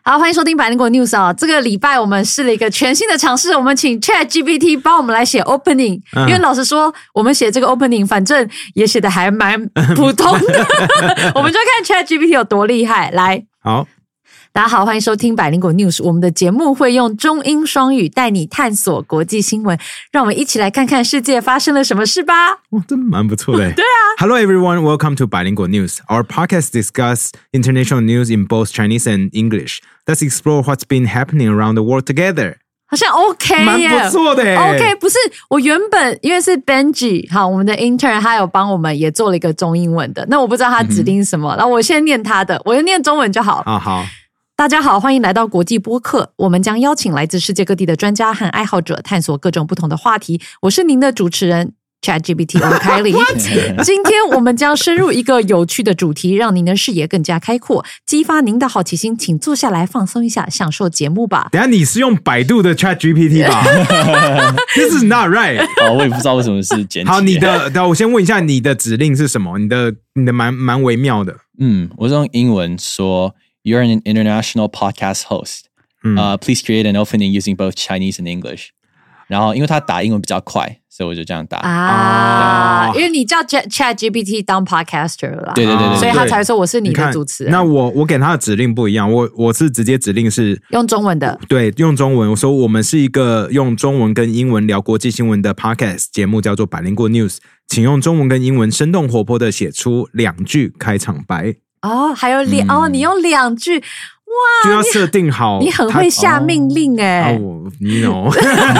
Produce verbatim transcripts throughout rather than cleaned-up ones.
好，欢迎收听百灵果 News 啊、哦！这个礼拜我们试了一个全新的尝试，我们请 ChatGPT 帮我们来写 opening，、嗯、因为老实说，我们写这个 opening 反正也写的还蛮普通的，我们就看 ChatGPT 有多厉害。来， 好。 大家好，欢迎收听百灵果 News。我们的节目会用中英双语带你探索国际新闻，让我们一起来看看世界发生了什么事吧。 哇，真蛮不错的。 对啊。 Hello everyone, welcome to Bilingual News. Our podcast discusses international news in both Chinese and English. Let's explore what's been happening around the world together. 好像 OK 耶， 蛮不错的耶。 OK， 不是我原本因为是 Benji， 好，我们的 intern 他有帮我们也做了一个中英文的，那我不知道他指定是什么，然后、嗯、我先念他的，我就念中文就好。 啊，好。 大家好，欢迎来到国际播客。我们将邀请来自世界各地的专家和爱好者，探索各种不同的话题。我是您的主持人 ChatGPT 我是凯莉。今天我们将深入一个有趣的主题，让您的视野更加开阔，激发您的好奇心。请坐下来放松一下，享受节目吧。 等一下你是用百度的 ChatGPT 吧？This is not right。 哦，我也不知道为什么是简体。 好，你的，我先问一下，你的指令是什么？你的，你的蛮蛮微妙的。 嗯，我是用英文说。You're an international podcast host. Uh, please create an opening using both Chinese and English. 然后因为他打英文比较快，所以我就这样打。 啊，因为你叫 ChatGPT 当 podcaster 了啦。 对对 对, 對， 所以他才说我是你的主持人。 那我我给他的指令不一样，我我是直接指令是用中文的。 对，用中文。我说我们是一个用中文跟英文聊国际新闻的 podcast 节目，叫做百灵果 News。请用中文跟英文生动活泼的写出两句开场白。哦， 还有两、嗯、哦，你用两句。哇， 就要设定好， 你很会下命令哎、欸！ 哦，你 know，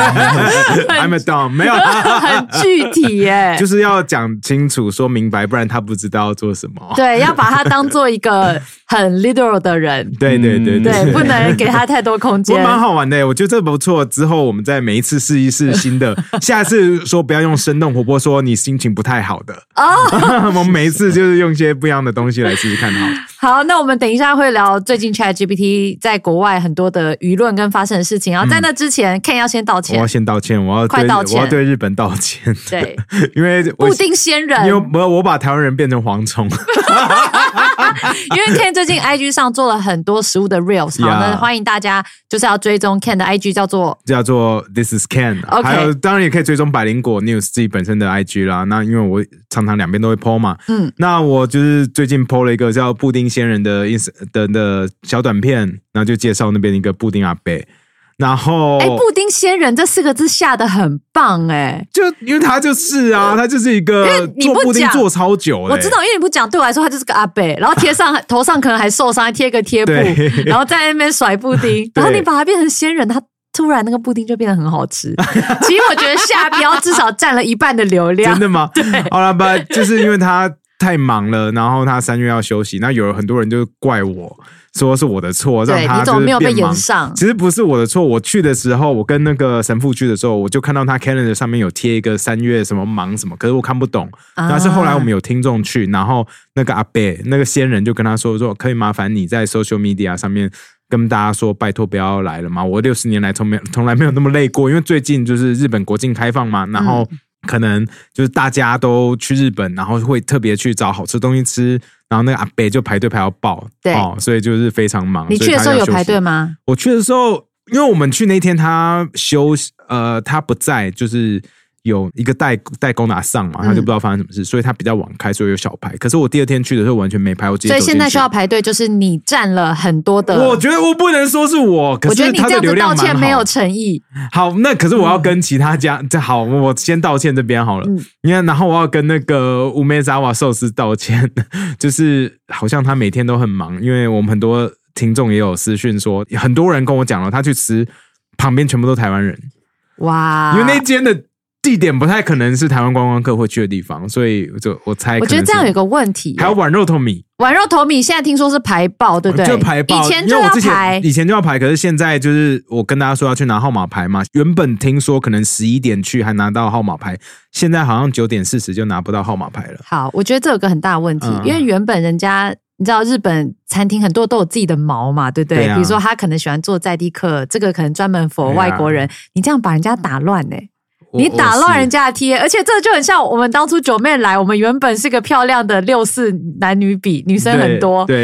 I'm a dumb， 没有， 很具体耶、欸， 就是要讲清楚、说明白，不然他不知道要做什么。 对，要把他当做一个很 literal 的人。 对对对对, 对，不能给他太多空间。 蛮好玩的，我觉得这不错。之后我们再每一次试一试新的，下次说不要用生动活泼，说你心情不太好的。哦，我们每一次就是用一些不一样的东西来试试看好。 好，那我们等一下会聊最近 ChatGPT 在国外很多的舆论跟发生的事情。然后在那之前、嗯、Ken 要先道歉。 我要先道歉，我要对快道歉， 我要对日本道歉。 对， 因为布丁仙人， 因为我把台湾人变成蝗虫。 因为 Ken 最近 I G 上做了很多食物的 Reels， 好，那欢迎大家就是要追踪 Ken 的 I G 叫做叫做 This is Ken，okay. 还有当然也可以追踪百灵果 News 自己本身的 I G 啦。那因为我常常两边都会 po 嘛，嗯，那我就是最近 po 了一个叫布丁仙人的 ins 的的小短片，然后就介绍那边一个布丁阿伯。然后， 哎，布丁仙人这四个字下得很棒哎， 就因为他就是啊，他就是一个做布丁做超久的。 我知道，因为你不讲，对我来说他就是个阿伯，然后贴上头上可能还受伤，还贴个贴布，然后在那边甩布丁，然后你把它变成仙人，他突然那个布丁就变得很好吃。其实我觉得下标至少占了一半的流量。 真的吗？ 对， 好了吧，就是因为他太忙了，然后他三月要休息，那有很多人就怪我。说是我的错，让他就是变忙。对，你怎么没有被延上？其实不是我的错，我去的时候，我跟那个神父去的时候，我就看到他 calendar 上面有贴一个三月什么忙什么，可是我看不懂。啊、但是后来我们有听众去，然后那个阿伯那个仙人就跟他说说，可以麻烦你在 social media 上面跟大家说，拜托不要来了嘛。我六十年来从没从来没有那么累过，因为最近就是日本国境开放嘛，然后。嗯可能就是大家都去日本，然后会特别去找好吃的东西吃，然后那个阿伯就排队排到爆， 对、 哦，所以就是非常忙。 你去的时候有排队吗？ 我去的时候，因为我们去那天他休呃他不在，就是有一个代代工拿上嘛，他就不知道发生什么事，嗯、所以他比较晚开，所以有小排。可是我第二天去的时候完全没排，我直接走进去。 所以现在需要排队，就是你占了很多的。 我觉得我不能说是我，可是他的流量蛮好。我觉得你这样子道歉没有诚意。 好，那可是我要跟其他家，这、嗯、好，我先道歉这边好了。嗯，你看，然后我要跟那个乌梅扎瓦寿司道歉，就是好像他每天都很忙，因为我们很多听众也有私讯说，很多人跟我讲了，他去吃旁边全部都台湾人。哇，因为那间的。地点不太可能是台湾观光客会去的地方，所以就我猜可能。 我觉得这样有个问题， 还有碗肉头米， 碗肉头米现在听说是排爆，对不对？ 就排爆， 以前就要排， 以前就要排，可是现在就是我跟大家说要去拿号码牌嘛。原本听说可能十一点去还拿到号码牌，现在好像九点四十就拿不到号码牌了。 好，我觉得这有个很大的问题，嗯、因为原本人家。你知道日本餐厅很多都有自己的毛嘛，对不对？对啊、比如说他可能喜欢做在地客，这个可能专门 for 外国人，啊、你这样把人家打乱哎、欸。你打乱人家的 T A， 而且这就很像我们当初九妹来，我们原本是个漂亮的六四男女比，女生很多， 对，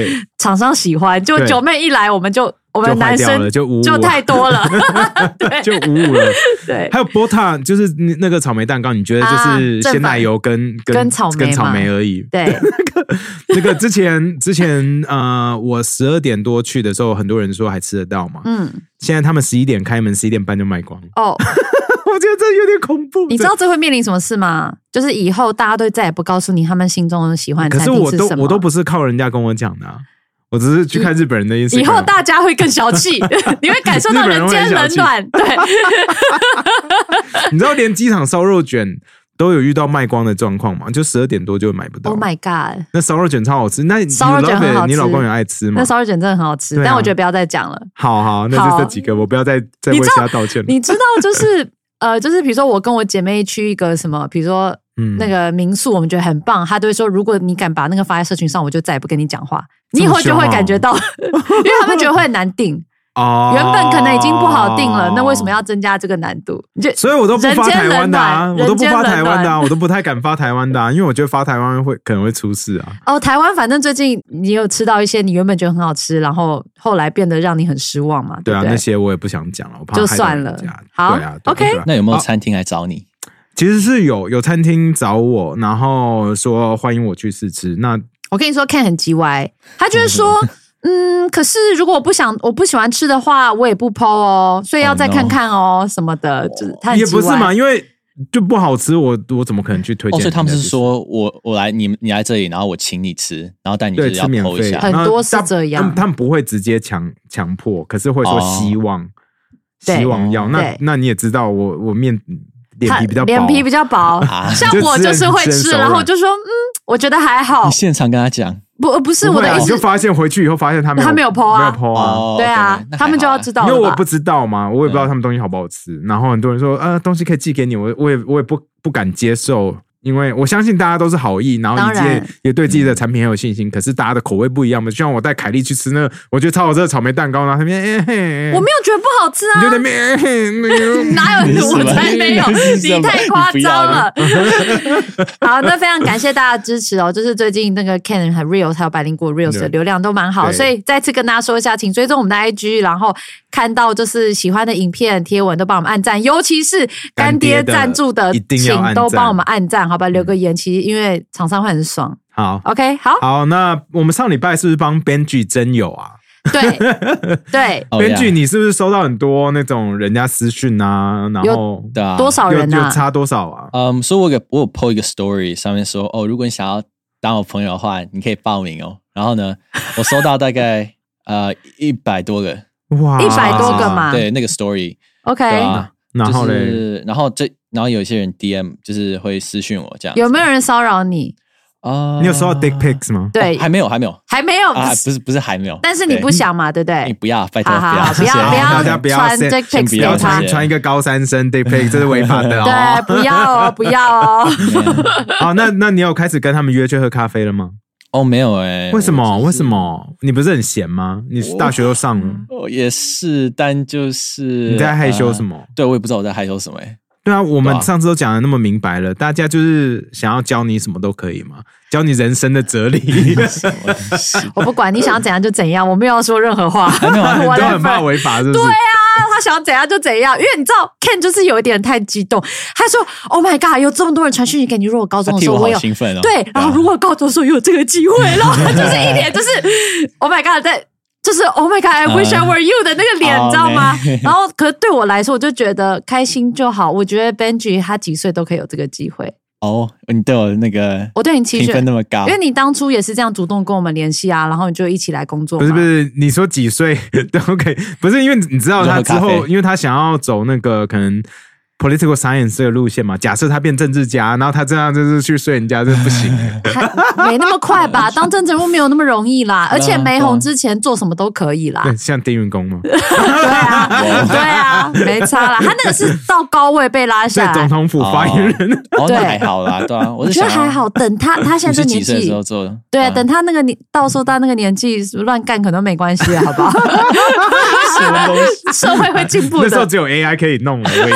厂商喜欢，就九妹一来我们就。我们男生就五五就太多了，对， 就五五了。 对， 还有波塔，就是那个草莓蛋糕，你觉得就是鲜奶油跟、啊、跟跟草莓跟草莓而已。 对， 那个那个之前之前呃，我十二点多去的时候，很多人说还吃得到嘛。嗯，现在他们十一点开门，十一点半就卖光。哦，我觉得这有点恐怖。 你知道这会面临什么事吗？就是以后大家都再也不告诉你他们心中喜欢的餐厅是什么。 可是我都我都不是靠人家跟我讲的、啊。我只是去看日本人的意思。 以后大家会更小气，你会感受到人间冷暖。对， 你知道连机场烧肉卷都有遇到卖光的状况吗？就十二点多就买不到。 Oh my god！ 那烧肉卷超好吃，那烧肉卷很好吃， 你老公也爱吃吗？ 那烧肉卷真的很好吃，啊、但我觉得不要再讲了。 好好，那就这几个，我不要再再为其他道歉了。 你知道，就是呃，就是比如说我跟我姐妹去一个什么，比如说。嗯，那个民宿我们觉得很棒，他都会说，如果你敢把那个发在社群上，我就再也不跟你讲话。你以后就会感觉到，哦、因为他们觉得会很难订。哦，原本可能已经不好订了，那为什么要增加这个难度？你就所以我都不发台湾的啊，我都不发台湾的啊，我都不太敢发台湾的啊，因为我觉得发台湾会可能会出事啊。 哦，台湾反正最近你有吃到一些你原本觉得很好吃，然后后来变得让你很失望嘛？对啊， 对那些我也不想讲了，我怕就算了。好， 对啊 ，OK。 那有没有餐厅来找你？ 其实是有有餐厅找我，然后说欢迎我去试吃。那我跟你说 ，Ken 很叽歪，他就是说，嗯，可是如果我不想我不喜欢吃的话，我也不 po 哦，所以要再看看哦、oh, no. 什么的，就是他很也不是嘛，因为就不好吃，我我怎么可能去推荐、 哦？所以他们是说我我来你你来这里，然后我请你吃，然后但你就是要 po 一下， 很多是这样， 他们他们不会直接强强迫，可是会说希望、哦、希望要。那那你也知道我我面。脸皮比较薄， 脸皮比较薄，啊、像我就是会吃，然后就说嗯，我觉得还好。 你现场跟他讲， 不不是我的意思， 你就发现回去以后发现他没有他没有 po 啊， 没有 po 啊， 哦、 对啊，他们就要知道了， 因为我不知道嘛，我也不知道他们东西好不好吃，然后很多人说呃东西可以寄给你，我我也我也不不敢接受。因为我相信大家都是好意，然后也也对自己的产品很有信心，嗯、可是大家的口味不一样嘛。就像我带凯莉去吃那个，我觉得超好吃的草莓蛋糕，然后他们、欸欸、 我没有觉得不好吃啊， 你就在那哪有我才没有，你太夸张了。好，那非常感谢大家的支持哦，就是最近那个 Ken 和 Reels 还有百灵果 Reels 的流量都蛮好，所以再次跟大家说一下，请追踪我们的 I G， 然后看到就是喜欢的影片贴文都帮我们按赞，尤其是干爹赞助的，请都帮我们按赞。好吧，留个言，其实因为厂商会很爽。 好 ，OK， 好， 好，那我们上礼拜是不是帮 Benji 征友啊？ 对对 ，Benji， 你是不是收到很多那种人家私讯啊？然后多少人啊？ 有差多少啊？ 嗯，所以我有我有 po 一个 story， 上面说哦，如果你想要当我朋友的话，你可以报名哦。然后呢，我收到大概呃一百多个， 哇， 一百多个嘛？ 对，那个 story，OK，、 啊、然后嘞、 就是，然后这。然后有一些人 D M 就是会私讯我这样， 有没有人骚扰你？ 啊、uh, 你有收到 dick pics 吗？ 对、 哦，还没有，还没有， 还没有啊，不是不是还没有， 但是你不想嘛，对不对？ 你不要，拜托不要， 不要，不要， 大家不要传 dick pics 给他， 传传一个高三生 dick pic， 这是违法的哦。 对，不要哦，不要哦。 好，那那你有开始跟他们约去喝咖啡了吗？ 哦，没有哎、欸， 为什么？为什么？你不是很闲吗？你大学都上了， 哦，也是，但就是你在害羞什么？ 呃、对，我也不知道我在害羞什么哎、欸。 对啊，我们上次都讲的那么明白了，大家就是想要教你什么都可以嘛，教你人生的哲理。 我不管你想要怎样就怎样，我没有要说任何话。 没有，你都很怕违法，是不是？ 对啊，他想要怎样就怎样，因为你知道 Ken 就是有一点太激动，他说 Oh my god， 有这么多人传讯息给你，如果高中的时候我有兴奋哦， 对，然后如果高中的时候有这个机会，然后他就是一脸就是 Oh my god， 在。就是 Oh my God, I wish I were you 的那个脸， uh, 你知道吗？ oh, 然后，可是对我来说，我就觉得开心就好。我觉得 Benji 他几岁都可以有这个机会。 哦，你对我那个， 我对你期许评分那么高， 因为你当初也是这样主动跟我们联系啊，然后你就一起来工作。 不是不是，你说几岁都可以，不是因为你知道他之后，因为他想要走那个可能。political science 这个路线嘛，假设他变政治家，然后他这样就是去睡人家，这不行。 没那么快吧？当政治人物没有那么容易啦，而且没红之前做什么都可以啦。 对，像丁云公嘛。 对啊，对啊，没差啦。他那个是到高位被拉下来， 总统府发言人。 哦，那还好啦，对啊，我觉得还好。等他他现在这年纪， 几岁的时候做的？ 对啊，等他那个年，到时候到那个年纪乱干可能没关系，好不好？社会会进步的。 那时候只有 A I 可以弄了，我跟你说。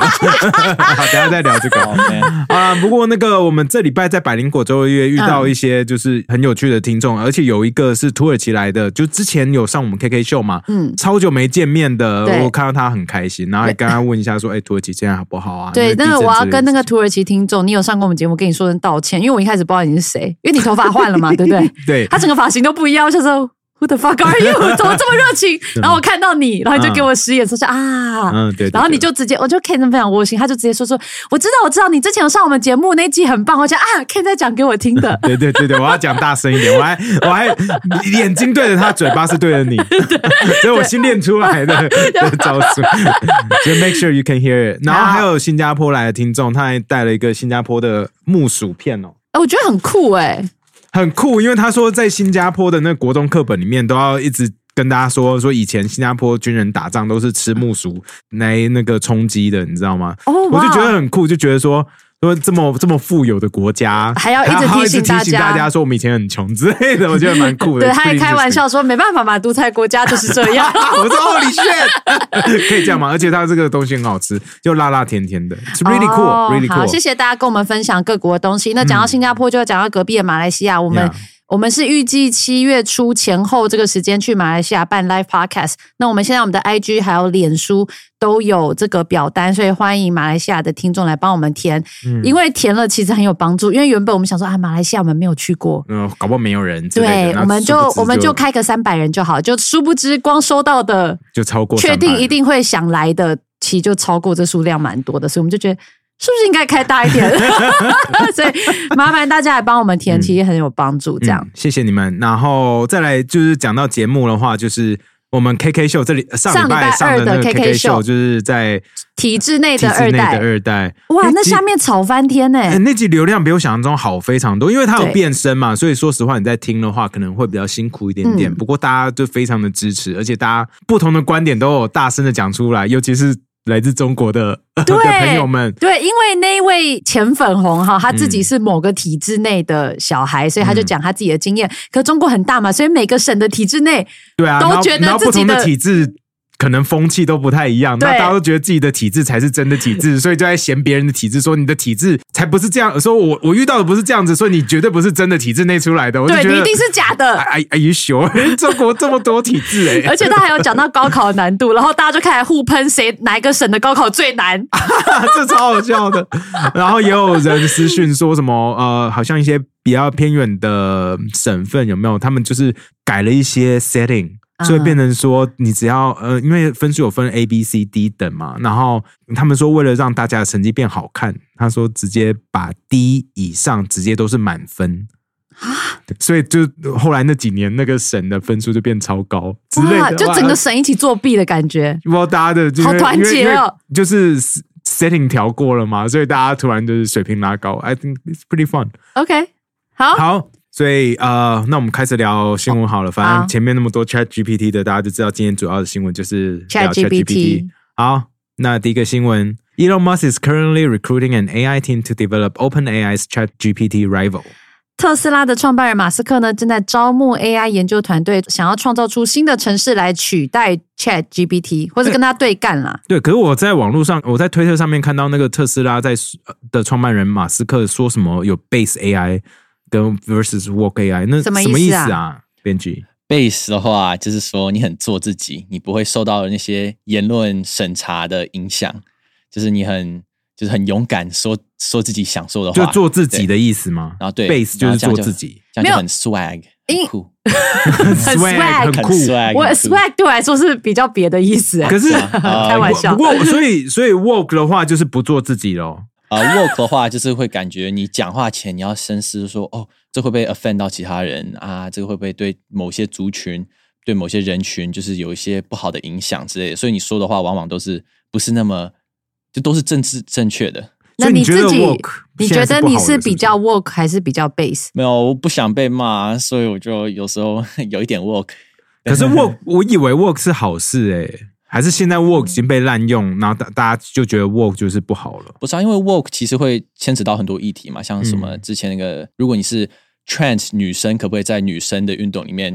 好，等一下再聊这个啊。不过那个我们这礼拜在百灵果周月遇到一些就是很有趣的听众，嗯、而且有一个是土耳其来的，就之前有上我们 K K 秀嘛，嗯，超久没见面的，我看到他很开心，然后还跟他问一下说，哎、欸，土耳其现在好不好啊？ 对，那个我要跟那个土耳其听众，你有上过我们节目，跟你说声道歉，因为我一开始不知道你是谁，因为你头发换了嘛，对不对？ 对， 他整个发型都不一样，我想说。Who the fuck are you？ 怎么这么热情？然后我看到你，然后你就给我使眼色说啊， 嗯，对， 然后你就直接，我就 Ken 真的非常窝心，他就直接说说，我知道，我知道，你之前有上我们节目那集很棒，我讲啊 ，Ken 在讲给我听的， 对对对对，我要讲大声一点，我还我还眼睛对着他，嘴巴是对着你，所以我新练出来的的招数，就 make sure you can hear it。然后还有新加坡来的听众，他还带了一个新加坡的木薯片哦， 我觉得很酷哎、欸。 很酷，因为他说在新加坡的那个国中课本里面都要一直跟大家说说以前新加坡军人打仗都是吃木薯来那个充饥的，你知道吗？哦，我就觉得很酷，就觉得说说这么这么富有的国家， 还要一直提醒大家， 提醒大家说我们以前很穷之类的，我觉得蛮酷的。 对，他还开玩笑说没办法嘛，独裁国家就是这样。 我说哦，你炫，可以这样吗？而且它这个东西很好吃，又辣辣甜甜的 ，It's really cool,、哦、really cool。 好，谢谢大家跟我们分享各国的东西。那讲到新加坡，就要讲到隔壁的马来西亚，我们。Yeah.我们是预计七月初前后这个时间去马来西亚办 live podcast。那我们现在我们的 I G 还有脸书都有这个表单，所以欢迎马来西亚的听众来帮我们填、嗯，因为填了其实很有帮助。因为原本我们想说啊，马来西亚我们没有去过， 嗯，搞不好没有人之类的，对，我们就我们就开个三百人就好，就殊不知光收到的就超过， 确定一定会想来的，其实就超过这数量蛮多的，所以我们就觉得。是不是应该开大一点？所以麻烦大家来帮我们填，其实很有帮助。这样、 嗯嗯，谢谢你们。然后再来就是讲到节目的话，就是我们 K K 秀这里上礼拜上的那个 K K 秀，就是在体制内的二代。 的二代， 哇，那下面吵翻天呢、欸！ 那集流量比我想象中好非常多，因为它有变声嘛，所以说实话你在听的话可能会比较辛苦一点点。嗯、不过大家就非常的支持，而且大家不同的观点都有大声的讲出来，尤其是。来自中国的的朋友们， 对，因为那一位前粉红哈，他自己是某个体制内的小孩、嗯，所以他就讲他自己的经验。可中国很大嘛，所以每个省的体制内， 对啊， 都觉得自己的体制。可能风气都不太一样，那大家都觉得自己的体制才是真的体制，所以就在嫌别人的体制，说你的体制才不是这样，说我我遇到的不是这样子，所以你绝对不是真的体制内出来的，我就觉得对你一定是假的。 Are, are you sure？ 中国这么多体制哎、欸， 而且他还有讲到高考的难度，然后大家就开始互喷，谁哪一个省的高考最难， 这超好笑的。然后也有人私讯说什么呃，好像一些比较偏远的省份有没有，他们就是改了一些 setting。所以变成说，你只要呃，因为分数有分 A、B、C、D 等嘛，然后他们说为了让大家的成绩变好看，他说直接把 D 以上直接都是满分啊，所以就后来那几年那个省的分数就变超高之类的， 就整个省一起作弊的感觉。 不知道大家的好团结哦， 就是 setting 调过了嘛，所以大家突然就是水平拉高。I think it's pretty fun. OK， 好， 好。所以呃，那我们开始聊新闻好了。反正前面那么多 Chat G P T 的，大家就知道今天主要的新闻就是聊 Chat G P T。好，那第一个新闻 ，Elon Musk is currently recruiting an A I team to develop OpenAI's Chat G P T rival。 特斯拉的创办人马斯克呢，正在招募 A I 研究团队，想要创造出新的程式来取代 Chat G P T， 或是跟他对干啦。 对，可是我在网络上，我在推特上面看到那个特斯拉在的创办人马斯克说什么有 Base A I。跟 versus work A I 那什么意思啊？编辑 base 的话，就是说你很做自己，你不会受到那些言论审查的影响，就是你很就是很勇敢说说自己想说的话， 就做自己的意思吗？ 然后对 base 就是做自己， 这样就很 swag， 很酷， 很 swag， 很酷。 我 swag 对我来说是比较别的意思， 可是开玩笑。 不过所以所以 work 的话就是不做自己咯。 呃、uh, ，work 的话就是会感觉你讲话前你要深思说，哦，这会不会 offend 到其他人啊？这个会不会对某些族群、对某些人群，就是有一些不好的影响之类的？所以你说的话往往都是不是那么，就都是政治正确的。 那你自己，你觉得你是比较 work 还是比较 base？ 没有，我不想被骂，所以我就有时候有一点 work。 可是 work， 我以为 work 是好事诶、欸。还是现在 work 已经被滥用，然后大家就觉得 work 就是不好了。 不是啊，因为 work 其实会牵扯到很多议题嘛，像什么之前那个，嗯、如果你是 trans 女生，可不可以在女生的运动里面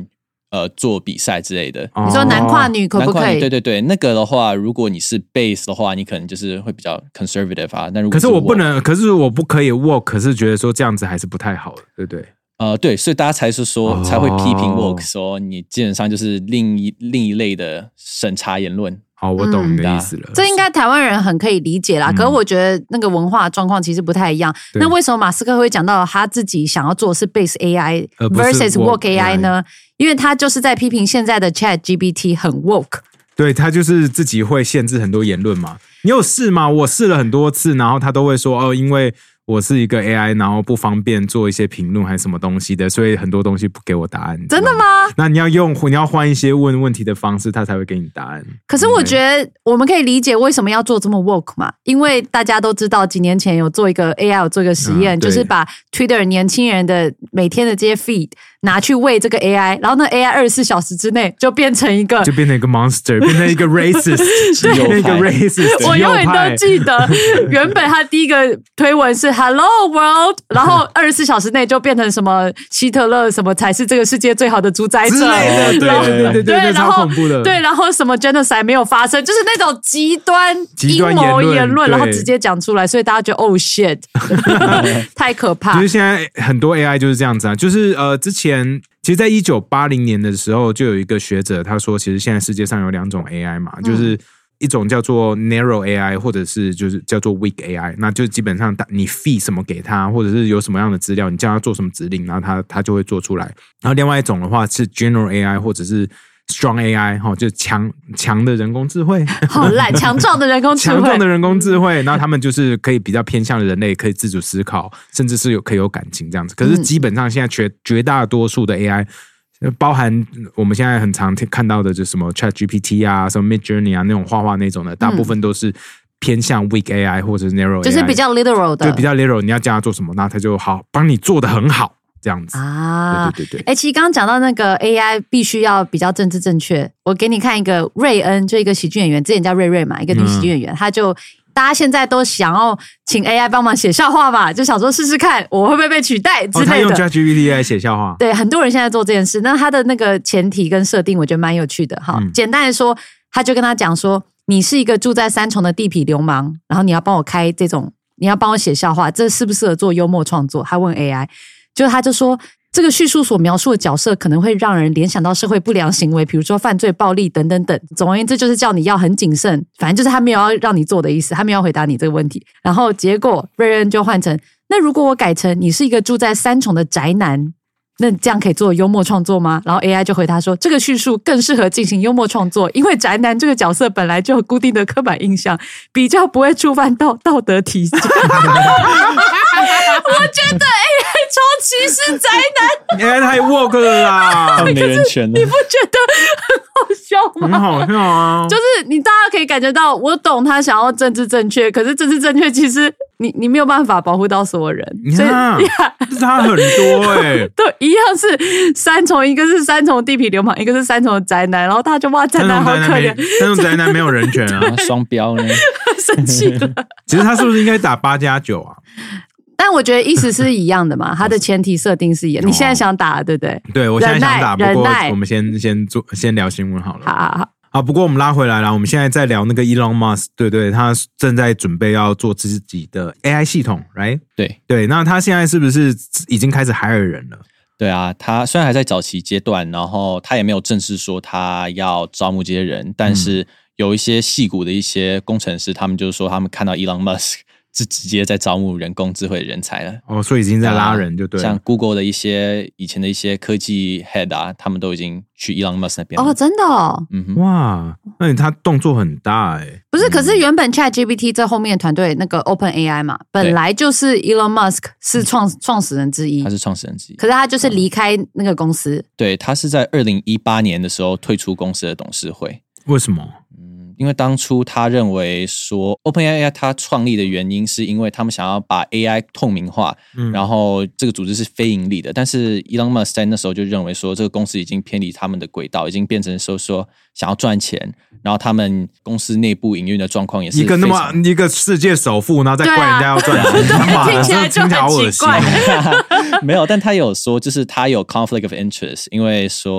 呃做比赛之类的。 你说男跨女可不可以？ 对对对，那个的话，如果你是 bass 的话，你可能就是会比较 conservative 啊。但如果是可是我不能，可是我不可以 walk， 可是觉得说这样子还是不太好的，对不对？ 呃，对，所以大家才是说、哦、才会批评 walk， 说你基本上就是另一另一类的审查言论。 好，我懂你的意思了、 嗯。这应该台湾人很可以理解啦，嗯、可是我觉得那个文化状况其实不太一样。那为什么马斯克会讲到他自己想要做的是 Base A I versus Woke A I 呢？因为他就是在批评现在的 Chat G P T 很 woke。 对，他就是自己会限制很多言论嘛。你有试吗？我试了很多次，然后他都会说哦，因为我是一个 A I， 然后不方便做一些评论还是什么东西的，所以很多东西不给我答案。 真的吗？ 那你要用你要换一些问问题的方式，他才会给你答案。 可是我觉得我们可以理解为什么要做这么 woke 嘛，因为大家都知道几年前有做一个 A I 有做一个实验、嗯、就是把 Twitter 年轻人的每天的这些 feed 拿去喂这个 A I， 然后那 A I 二十四小时之内就变成一个就变成一个 monster， 变成一个 racist， 变成一个 racist。 我永远都记得，原本他第一个推文是 Hello World， 然后二十四小时内就变成什么希特勒什么才是这个世界最好的主宰者之类的，对对对对对，超恐怖的。 对，然后什么 genocide 没有发生，就是那种极端阴谋言论，然后直接讲出来，所以大家觉得 oh shit， 太可怕。 就是现在很多 A I 就是这样子啊，就是呃之前。其实在一九八零年的时候就有一个学者他说其实现在世界上有两种 A I 嘛、嗯、就是一种叫做 narrow A I 或者是就是叫做 weak A I， 那就基本上你 feed 什么给他或者是有什么样的资料你叫他做什么指令然后他他就会做出来。然后另外一种的话是 general A I 或者是Strong A I 就强强的人工智慧， 好烂，强壮的人工智慧， 强壮的人工智慧，然后他们就是可以比较偏向人类，可以自主思考，甚至是有可以有感情这样子。可是基本上现在绝绝大多数的 A I， 包含我们现在很常看到的，就什么 Chat G P T 啊，什么 Mid Journey 啊那种画画那种的，大部分都是偏向 Weak A I 或者是 Narrow A I， 就是比较 literal 的， 对，比较 literal， 你要叫他做什么，那他就好帮你做得很好。这样子啊，对对对对。 哎，其实刚刚讲到那个 A I 必须要比较政治正确，我给你看一个瑞恩，就一个喜剧演员，之前叫瑞瑞嘛，一个女喜剧演员，她、嗯、就大家现在都想要请 A I 帮忙写笑话嘛，就想说试试看我会不会被取代之类的。哦，她用 Chat G P T 来写笑话， 对，很多人现在做这件事。那她的那个前提跟设定，我觉得蛮有趣的哈、嗯。简单的说，他就跟他讲说，你是一个住在三重的地痞流氓，然后你要帮我开这种，你要帮我写笑话，这适不适合做幽默创作？他问 A I。就他就说这个叙述所描述的角色可能会让人联想到社会不良行为，比如说犯罪暴力等等等，总而言之就是叫你要很谨慎，反正就是他没有要让你做的意思，他没有要回答你这个问题。然后结果瑞恩就换成，那如果我改成你是一个住在三重的宅男，那这样可以做幽默创作吗？然后 A I 就回答说，这个叙述更适合进行幽默创作，因为宅男这个角色本来就有固定的刻板印象，比较不会触犯到道德体系。我觉得 A I 超歧视宅男 ，A I 太 woke 了啦， 没人权了。 你不觉得很好笑吗？ 很好笑啊！ 就是你大家可以感觉到，我懂他想要政治正确，可是政治正确其实你你没有办法保护到所有人，所以差很多哎、欸。 对，一样是三重，一个是三重地痞流氓，一个是三重的宅男，然后他就哇宅男好可怜， 三重宅男没有人权啊， 双标呢， 生气了。 其实他是不是应该打八加九啊？ 但我觉得意思是一样的嘛，它的前提设定是一样。你现在想打，对不对？ 对，我现在想打，不过我们先先做先聊新闻好了。 好好好。 好，不过我们拉回来了，我们现在在聊那个 Elon Musk， 对对，他正在准备要做自己的 A I 系统 ，right？ 对对，那他现在是不是已经开始 hire 人了？ 对啊，他虽然还在早期阶段，然后他也没有正式说他要招募这些人，但是有一些矽谷的一些工程师，他们就是说他们看到 Elon Musk。是直接在招募人工智慧的人才了哦，所以已经在拉人就对了。 像 Google 的一些以前的一些科技 head 啊，他们都已经去 Elon Musk 那边了。 哦，真的哦， 嗯哼，哇，那他动作很大哎、欸。 不是，可是原本 Chat G P T 这后面的团队那个 Open A I 嘛，本来就是 Elon Musk 是创创始人之一， 他是创始人之一， 可是他就是离开那个公司。 嗯、对，他是在二零一八年的时候退出公司的董事会。 为什么？ 因为当初他认为说 OpenAI 他创立的原因是因为他们想要把 A I 透明化、嗯、然后这个组织是非盈利的，但是 Elon Musk 在那时候就认为说这个公司已经偏离他们的轨道，已经变成说说想要赚钱，然后他们公司内部营运的状况也是一个那么一个世界首富，然后再怪人家要赚钱、 啊、听起来就很奇怪没有，但他有说就是他有 conflict of interest， 因为说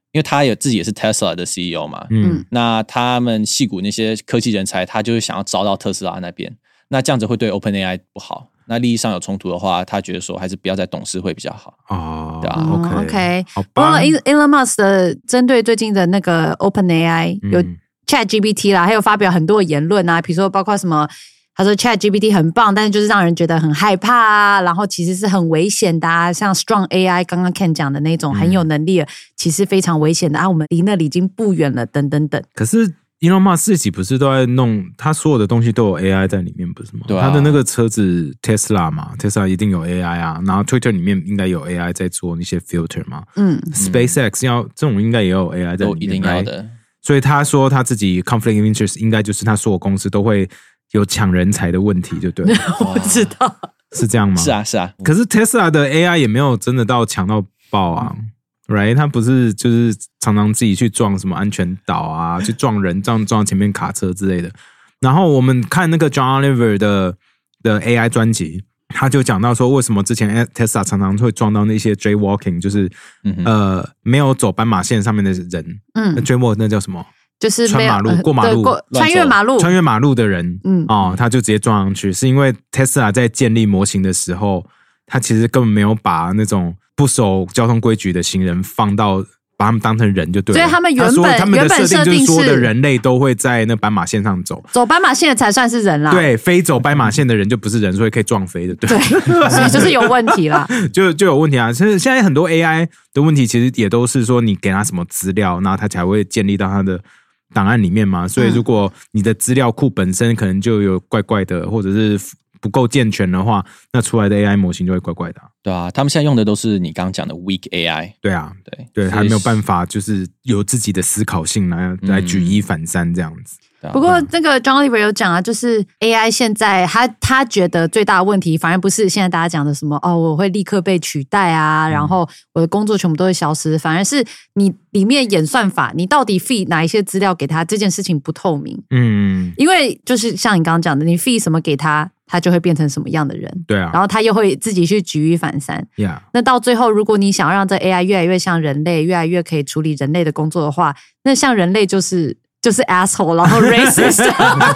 因为他有自己也是 Tesla 的 C E O 嘛，嗯，那他们矽谷那些科技人才，他就是想要招到特斯拉那边，那这样子会对 OpenAI 不好。那利益上有冲突的话，他觉得说还是不要再董事会比较好哦。对啊 ，OK OK。不过 Elon Musk 的针对最近的那个 OpenAI、嗯、有 ChatGPT 啦，还有发表很多言论啊，比如说包括什么。他说 ChatGPT 很棒，但是就是让人觉得很害怕啊，然后其实是很危险的啊，像 Strong A I 刚刚 Ken 讲的那种很有能力的、嗯、其实非常危险的啊，我们离那里已经不远了等等等。 可是 Elon Musk 自己不是都在弄，他所有的东西都有 A I 在里面不是吗？对啊，他的那个车子 Tesla 嘛 Tesla 一定有 A I 啊，然后 Twitter 里面应该有 A I 在做那些 filter 嘛，嗯 SpaceX 要这种应该也有 A I 在里面， 一定要的。 所以他说他自己 conflict of interest 应该就是他所有公司都会有抢人才的问题，就对了。 我知道是这样吗？ 是啊，是啊。 可是 Tesla 的 A I 也没有真的到强到爆啊、嗯、，right？ 他不是就是常常自己去撞什么安全岛啊，去撞人，撞撞前面卡车之类的。然后我们看那个 John Oliver 的的 A I 专辑，他就讲到说，为什么之前 Tesla 常常会撞到那些 jaywalking， 就是、嗯、呃没有走斑马线上面的人，嗯 ，jaywalk 那叫什么？ 就是穿马路、过马路、 穿越马路、 穿越马路的人，嗯，哦，他就直接撞上去，是因为 Tesla 在建立模型的时候，他其实根本没有把那种不守交通规矩的行人放到，把他们当成人就对了。 所以他们原本他们的设定就是所有的是人类都会在那斑马线上走， 走斑马线的才算是人啦。 对，非走斑马线的人就不是人，所以可以撞飞的，对， 对所以就是有问题啦， 就就有问题啊。其实现在很多 A I 的问题，其实也都是说你给他什么资料，然后他才会建立到他的档案里面嘛，所以如果你的资料库本身可能就有怪怪的，或者是不够健全的话，那出来的 A I 模型就会怪怪的、啊。 对啊，他们现在用的都是你刚刚讲的 weak A I。 对啊， 对对，还没有办法就是有自己的思考性来来举一反三这样子。 不过那个 John Oliver 有讲啊，就是 A I 现在他他觉得最大的问题反而不是现在大家讲的什么哦我会立刻被取代啊、嗯、然后我的工作全部都会消失，反而是你里面演算法你到底 feed 哪一些资料给他这件事情不透明。嗯，因为就是像你刚刚讲的，你 feed 什么给他他就会变成什么样的人。 对啊， 然后他又会自己去举一反三。 Yeah. 那到最后如果你想要让这 A I 越来越像人类，越来越可以处理人类的工作的话，那像人类就是就是 asshole 然后 racist 对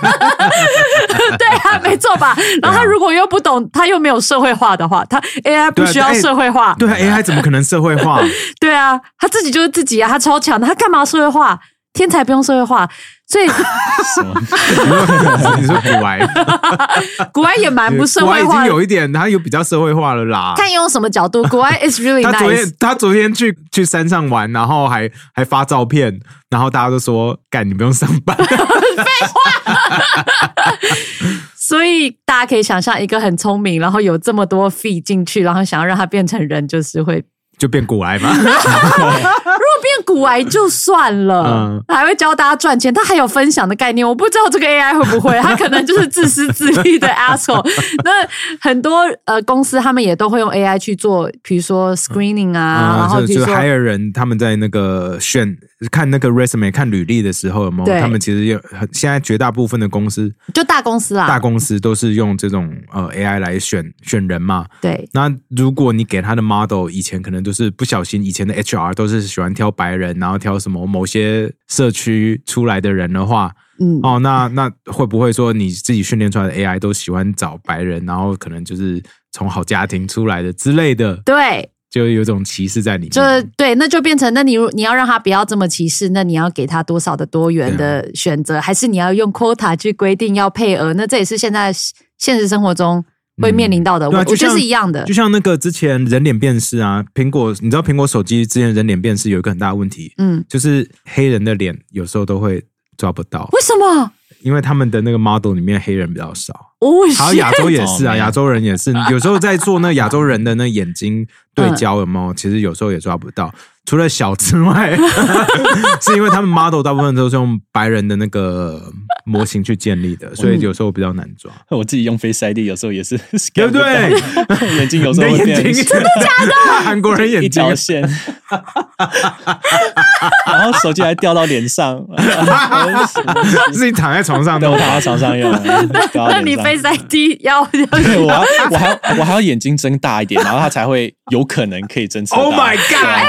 啊没错吧，然后他如果又不懂他又没有社会化的话，他 A I 不需要社会化。 对啊， A I 怎么可能社会化对啊，他自己就是自己啊，他超强的，他干嘛社会化？天才不用社会化。所以你说古埃古埃也蛮不社会化的， 古埃已经有一点他有比较社会化了啦， 看用什么角度。古埃 is really nice 他昨天他昨天去去山上玩，然后还还发照片，然后大家都说干你不用上班废话所以大家可以想象一个很聪明然后有这么多 fee 进去，然后想要让他变成人，就是会就变古癌嘛如果变古癌就算了、嗯、他还会教大家赚钱，他还有分享的概念，我不知道这个 A I 会不会他可能就是自私自利的 asshole 那很多呃公司他们也都会用 A I 去做比如说 screening 啊、嗯、然后比如说 hire 人，他们在那个选看那个 resume 看履历的时候有没有，他们其实有现在绝大部分的公司就大公司啦， 大公司都是用这种呃 A I 来选选人嘛。 对，那如果你给他的 model 以前可能都是不小心，以前的 H R 都是喜欢挑白人，然后挑什么某些社区出来的人的话，嗯，哦，那那会不会说你自己训练出来的 A I 都喜欢找白人，然后可能就是从好家庭出来的之类的？ 对， 就有种歧视在里面。 就对，那就变成那你你要让他不要这么歧视，那你要给他多少的多元的选择、啊、还是你要用 quota 去规定要配额？那这也是现在现实生活中会面临到的、嗯啊、我觉得是一样的。 就像那个之前人脸辨识啊，苹果你知道苹果手机之前人脸辨识有一个很大的问题，嗯，就是黑人的脸有时候都会抓不到。 为什么？ 因为他们的那个 model 里面黑人比较少。 哦， 还有亚洲也是啊，亚洲人也是，有时候在做那亚洲人的那眼睛对焦有没有、嗯、其实有时候也抓不到。除了小之外是因为他们 model 大部分都是用白人的那个模型去建立的，所以有时候比较难抓。 我自己用 Face I D 有时候也是对不对眼睛有时候会变， 真的假的韩国人眼睛一条线然后手机还掉到脸上是你躺在床上对，我躺在床上用那你 Face I D 要对我要我还要我还要眼睛睁大一点，然后它才会有可能可以侦测到。 Oh my god、欸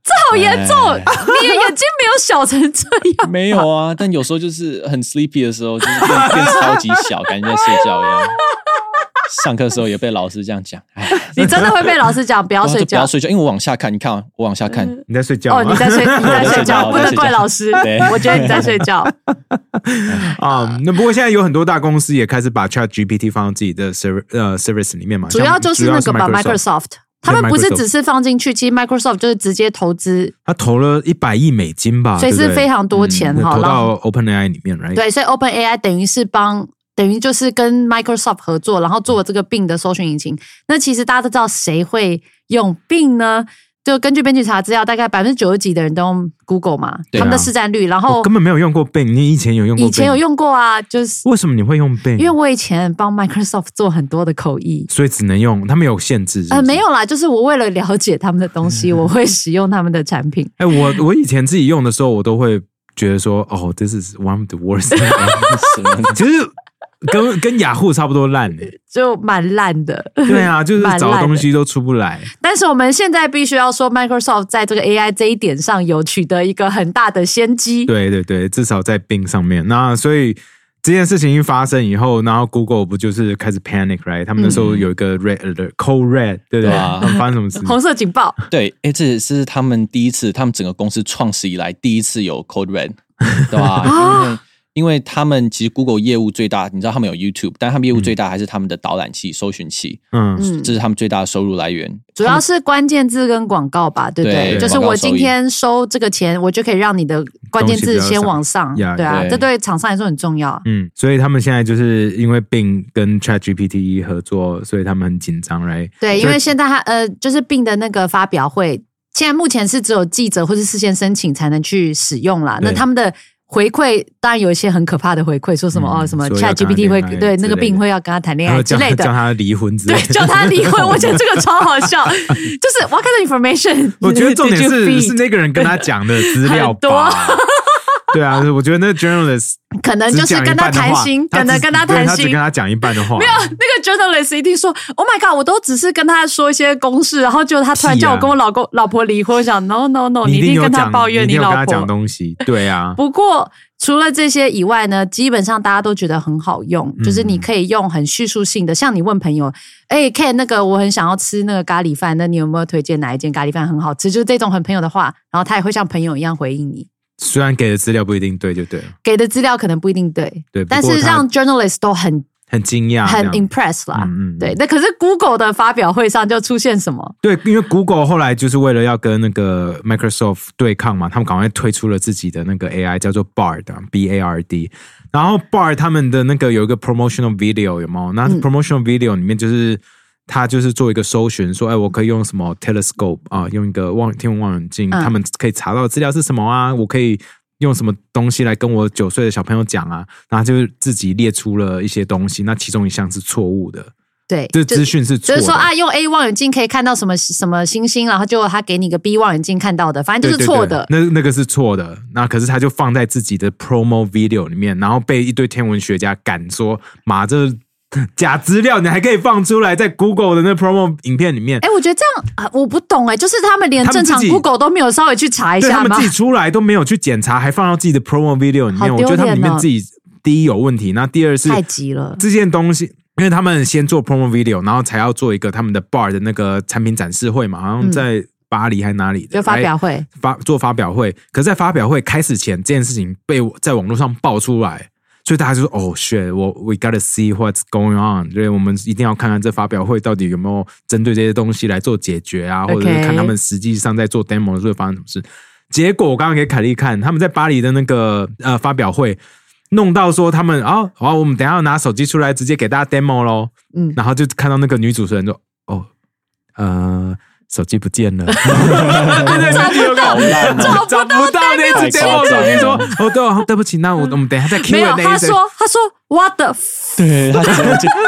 这好严重！你的眼睛没有小成这样？ 没有啊，但有时候就是很 sleepy 的时候，就是变变超级小，感觉在睡觉一样。上课的时候也被老师这样讲，哎， 你真的会被老师讲不要睡觉， 不要睡觉，因为我往下看，你看我往下看， 你在睡觉哦，你在睡，你在睡觉，不能怪老师，我觉得你在睡觉。 啊，那不过现在有很多大公司也开始把 ChatGPT 放到自己的 service 呃 service 里面嘛， 主要就是那个吧 Microsoft。他们不是只是放进去，其实 Microsoft 就是直接投资， 他投了一百亿美金吧， 所以是非常多钱哈、 嗯，投到 OpenAI 里面 ，right？ 对，所以 OpenAI 等于是帮，等于就是跟 Microsoft 合作，然后做了这个 Bing 的搜寻引擎。那其实大家都知道谁会用 Bing 呢？就根据编辑查资料，大概百分之九十几的人都用 Google 嘛，啊、他们的市占率。然后我根本没有用过 Bing， 你以前有用过 Bing？ 以前有用过啊，就是为什么你会用 Bing？ 因为我以前帮 Microsoft 做很多的口译， 所以只能用，他们有限制是不是？ 呃，没有啦，就是我为了了解他们的东西，我会使用他们的产品。 哎、欸，我我以前自己用的时候，我都会觉得说，哦 ，this is one of the worst 其实跟跟雅虎差不多烂的、欸， 就蛮烂的。 对啊，就是找东西都出不来。 但是我们现在必须要说 ，Microsoft 在这个 A I 这一点上有取得一个很大的先机。 对对对，至少在 Bing 上面。那所以这件事情一发生以后，然后 Google 不就是开始 panic right？ 他们那时候有一个 red alert、cold red， 对不对？他们发生什么事？ 红色警报。 对，哎，这也是他们第一次，他们整个公司创始以来第一次有 cold red， 对吧？因为因为他们其实 Google 业务最大，你知道他们有 YouTube， 但他们业务最大还是他们的导览器、搜寻器，嗯，这是他们最大的收入来源。 主要是关键字跟广告吧，对不对？对，就是我今天收这个钱，我就可以让你的关键字先往上，对啊，对，这对厂商来说很重要。 嗯，所以他们现在就是因为 Bing 跟 ChatGPT 合作，所以他们很紧张，来。 对，因为现在他呃，就是 Bing 的那个发表会，现在目前是只有记者或是事先申请才能去使用啦。那他们的回馈当然有一些很可怕的回馈，说什么、嗯、哦什么 ChatGPT 会对那个病会要跟他谈恋爱之类的， 叫他离婚之类的， 对，叫他离婚。我觉得这个超好笑，就是 what kind of information？ 我觉得重点是是那个人跟他讲的资料吧。对啊，我觉得那 journalist 可能就是跟他谈心，可能跟他谈心， 他只跟他讲一半的话。 没有，那个 journalist 一定说 ，Oh my god， 我都只是跟他说一些公事，然后就他突然叫我跟我老公、啊、老婆离婚，我想 no no no， 你一定跟他抱怨你老婆， 你一定有跟他讲东西，对啊。 不过除了这些以外呢，基本上大家都觉得很好用，嗯、就是你可以用很叙述性的，像你问朋友，哎 ，Ken， 那个我很想要吃那个咖喱饭，那你有没有推荐哪一间咖喱饭很好吃？就是这种很朋友的话，然后他也会像朋友一样回应你。 虽然给的资料不一定对，就对了。 给的资料可能不一定对， 对， 但是让 journalist 都很很惊讶， 很 impress 啦。嗯嗯，对。那可是 Google 的发表会上就出现什么？ 对，因为 Google 后来就是为了要跟那个 Microsoft 对抗嘛，他们赶快推出了自己的那个 A I， 叫做 Bard，B A R D。然后 Bard 他们的那个有一个 promotional video 有没有？那 promotional video 里面就是。他就是做一个搜寻，说，哎，我可以用什么 telescope 啊，用一个望天文望远镜，嗯、他们可以查到的资料是什么啊？我可以用什么东西来跟我九岁的小朋友讲啊？然后就自己列出了一些东西，那其中一项是错误的， 对， 这资讯是错的， 就是说啊，用 A 望远镜可以看到什么什么星星，然后结果他给你个 B 望远镜看到的，反正就是错的。 对对对，那那个是错的，那可是他就放在自己的 promo video 里面，然后被一堆天文学家赶说，妈这。假资料你还可以放出来在 Google 的那 promo 影片里面。 哎、欸，我觉得这样啊，我不懂哎、欸，就是他们连正常 Google 都没有稍微去查一下吗？ 对，他们自己出来都没有去检查，还放到自己的 promo video 里面。 哦、 我觉得他们里面自己第一有问题，那第二是太急了。 这件东西，因为他们先做 promo video， 然后才要做一个他们的 bar 的那个产品展示会嘛，好像在巴黎还哪里的， 就发表会发做发表会。可是在发表会开始前，这件事情被在网络上爆出来。所以大家就说哦 shit， 我 we gotta see what's going on， 所以我们一定要看看这发表会到底有没有针对这些东西来做解决啊， okay. 或者是看他们实际上在做 demo 的时候发生什么事。结果我刚刚给凯莉看，他们在巴黎的那个呃发表会，弄到说他们哦好，我们等一下要拿手机出来直接给大家 demo 咯，嗯，然后就看到那个女主持人说哦呃。手机不见了， 找不到， 找不到那只 demo 手机，说哦对，对不起，那我我们等一下再 Q and A。 没有，他说他说 what the， 对，他直接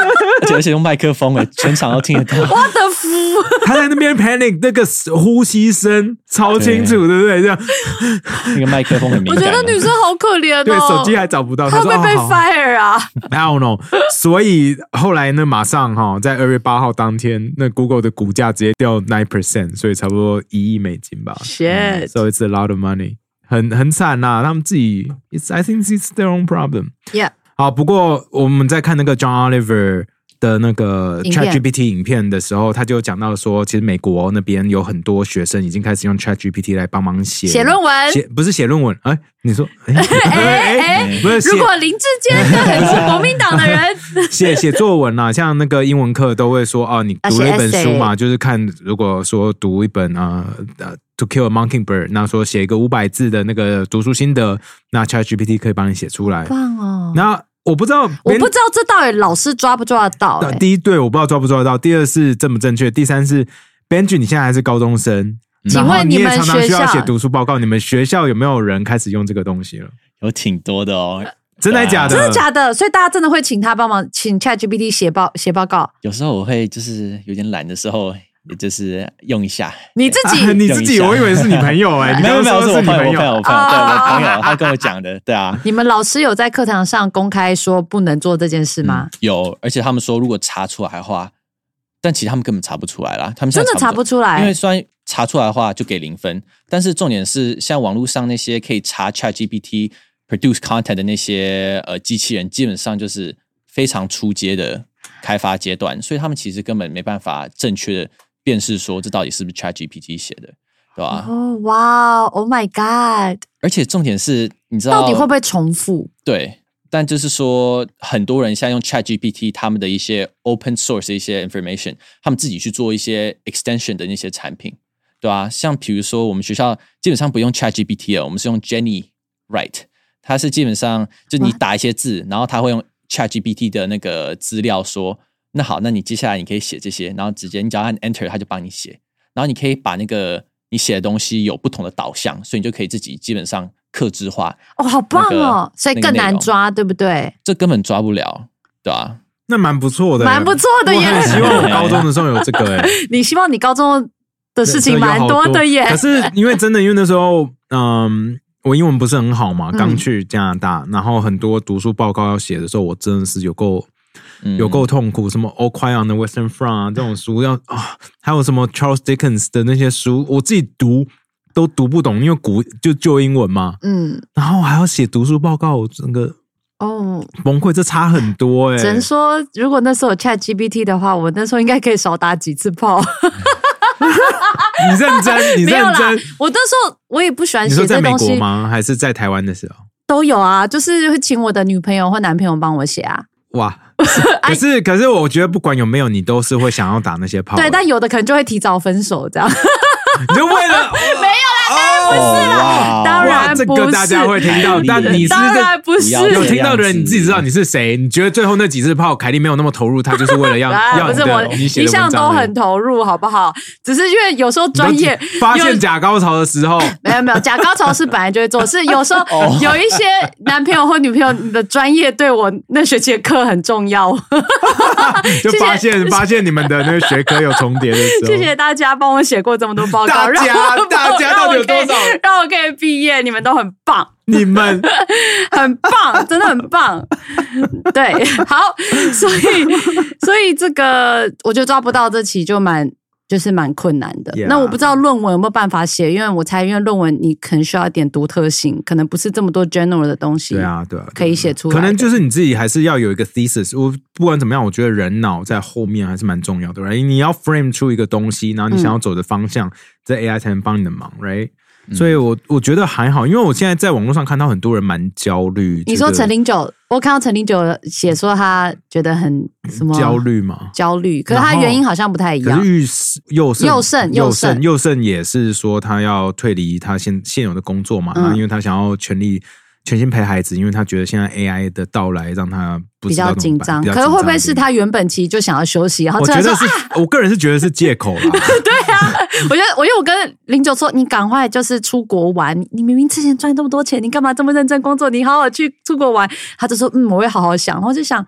而且而且用麦克风诶，全场都听得到。 我的夫， 他在那边 panic， 那个呼吸声超清楚， 对, 对不对？这样那个麦克风很敏感。我觉得女生好可怜哦， 对，手机还找不到， 她会被 fire 啊 ？I don't know。所以后来呢，马上哈，在二月八号当天，那 Google 的股价直接掉 nine percent， 所以差不多一亿美金吧。 Shit， so it's a lot of money， 很很惨呐、啊，他们自己 ，it's I think it's their own problem。Yeah。好，不过我们在看那个 John Oliver 的那个 ChatGPT 影片的时候，他就讲到说，其实美国那边有很多学生已经开始用 ChatGPT 来帮忙写写论文， 写不是写论文，哎，你说，哎哎哎，不是，如果林志坚是国民党的人， 写写作文啦，像那个英文课都会说，哦，你读了一本书嘛，就是看，如果说读一本啊呃 To Kill a Mockingbird， 那说写一个五百字的那个读书心得，那 ChatGPT 可以帮你写出来， 棒哦， 那。我不知道， 我不知道这到底老师抓不抓得到、欸。 第一，对，我不知道抓不抓得到；第二是正不正确；第三是 Benji， 你现在还是高中生， 请问你们然后你也常常需要写读书报告，你们学校有没有人开始用这个东西了？ 有挺多的哦， 真的假的？ 真的假的？所以大家真的会请他帮忙，请 ChatGPT 写报写报告。 有时候我会就是有点懒的时候。也就是用一下， 你自己、 啊、你自己，我以为是你朋友哎、欸， 没有没有，是我朋友，我朋友，我朋友，对，我朋友，他跟我讲的，对啊。 你们老师有在课堂上公开说不能做这件事吗？ 嗯、有，而且他们说如果查出来的话，但其实他们根本查不出来啦，他们真的查不出来， 因为虽然查出来的话就给零分，但是重点是像网络上那些可以查 ChatGPT produce content 的那些呃机器人，基本上就是非常初阶的开发阶段，所以他们其实根本没办法正确的。辨识说这到底是不是 ChatGPT 写的，对吧？ 哦，哇 ，Oh my God！ 而且重点是，你知道到底会不会重复？ 对，但就是说，很多人现在用 ChatGPT 他们的一些 open source 的一些 information， 他们自己去做一些 extension 的那些产品，对吧？像比如说，我们学校基本上不用 ChatGPT 了，我们是用 Jenny Write， 它是基本上就你打一些字，然后它会用 ChatGPT 的那个资料说。那好，那你接下来你可以写这些，然后直接你只要按 Enter， 它就帮你写。然后你可以把那个你写的东西有不同的导向，所以你就可以自己基本上客制化。 哦，好棒哦！那個、所以更难抓， 那個、 对不对？ 这根本抓不了，对吧、啊？ 那蛮不错的， 蛮不错的耶！ 我很希望我高中的时候有这个哎。 你希望你高中的事情蛮多的耶？ 可是因为真的，因为那时候嗯。我英文不是很好嘛，刚去加拿大、嗯，然后很多读书报告要写的时候，我真的是有够。有够痛苦，什么 All Quiet on the Western Front 啊，这种书要啊，还有什么 Charles Dickens 的那些书，我自己读都读不懂，因为古就旧英文嘛，嗯，然后还要写读书报告，整个哦崩溃，这差很多哎、欸。 只能说，如果那时候有 ChatGPT 的话，我那时候应该可以少打几次炮。 你认真，你认真。 我那时候我也不喜欢写这东西。 你说在美国吗？还是在台湾的时候？ 都有啊，就是会请我的女朋友或男朋友帮我写啊。 哇！可是可是，我觉得不管有没有，你都是会想要打那些炮。 对，但有的可能就会提早分手这样。 你就为了没有啦，当然不是啦，当然不是。 这个大家会听到，但你是当然不是有听到的人，你自己知道你是谁。你觉得最后那几次炮，凯莉没有那么投入，她就是为了要要不是我你写的文章， 一向都很投入，好不好？只是因为有时候专业发现假高潮的时候， 没有没有假高潮是本来就会做，是有时候有一些男朋友或女朋友的专业对我那学期的课很重要， 就发现发现你们的那个学科有重叠的时候， 谢谢大家帮我写过这么多报告， 大家大家到底有多少让我可以毕业？你们都很棒， 你们很棒，真的很棒。对，好，所以所以这个我觉得抓不到这期就蛮就是蛮困难的。Yeah. 那我不知道论文有没有办法写，因为我猜，因为论文你可能需要一点独特性，可能不是这么多 general 的东西。 对啊，对啊， 可以写出来。 可能就是你自己还是要有一个 thesis。我不管怎么样，我觉得人脑在后面还是蛮重要的 ，right？ 你要 frame 出一个东西，然后你想要走的方向，嗯、这 A I 才能帮你的忙 ，right？所以我我觉得还好，因为我现在在网络上看到很多人蛮焦虑。 你说陈零九，我看到陈零九写说他觉得很什么焦虑嘛？ 焦虑，可是他原因好像不太一样。 可是佑胜佑胜佑胜佑胜也是说他要退离他现现有的工作嘛，嗯、因为他想要全力全心陪孩子，因为他觉得现在 A I 的到来让他不知道比较紧张。可是会不会是他原本其实就想要休息？然后我觉得是、啊，我个人是觉得是借口啦。 对啊，我觉得我因为我跟零九说，你赶快就是出国玩，你明明之前赚这么多钱，你干嘛这么认真工作？你好好去出国玩。他就说，嗯，我会好好想。然后就想，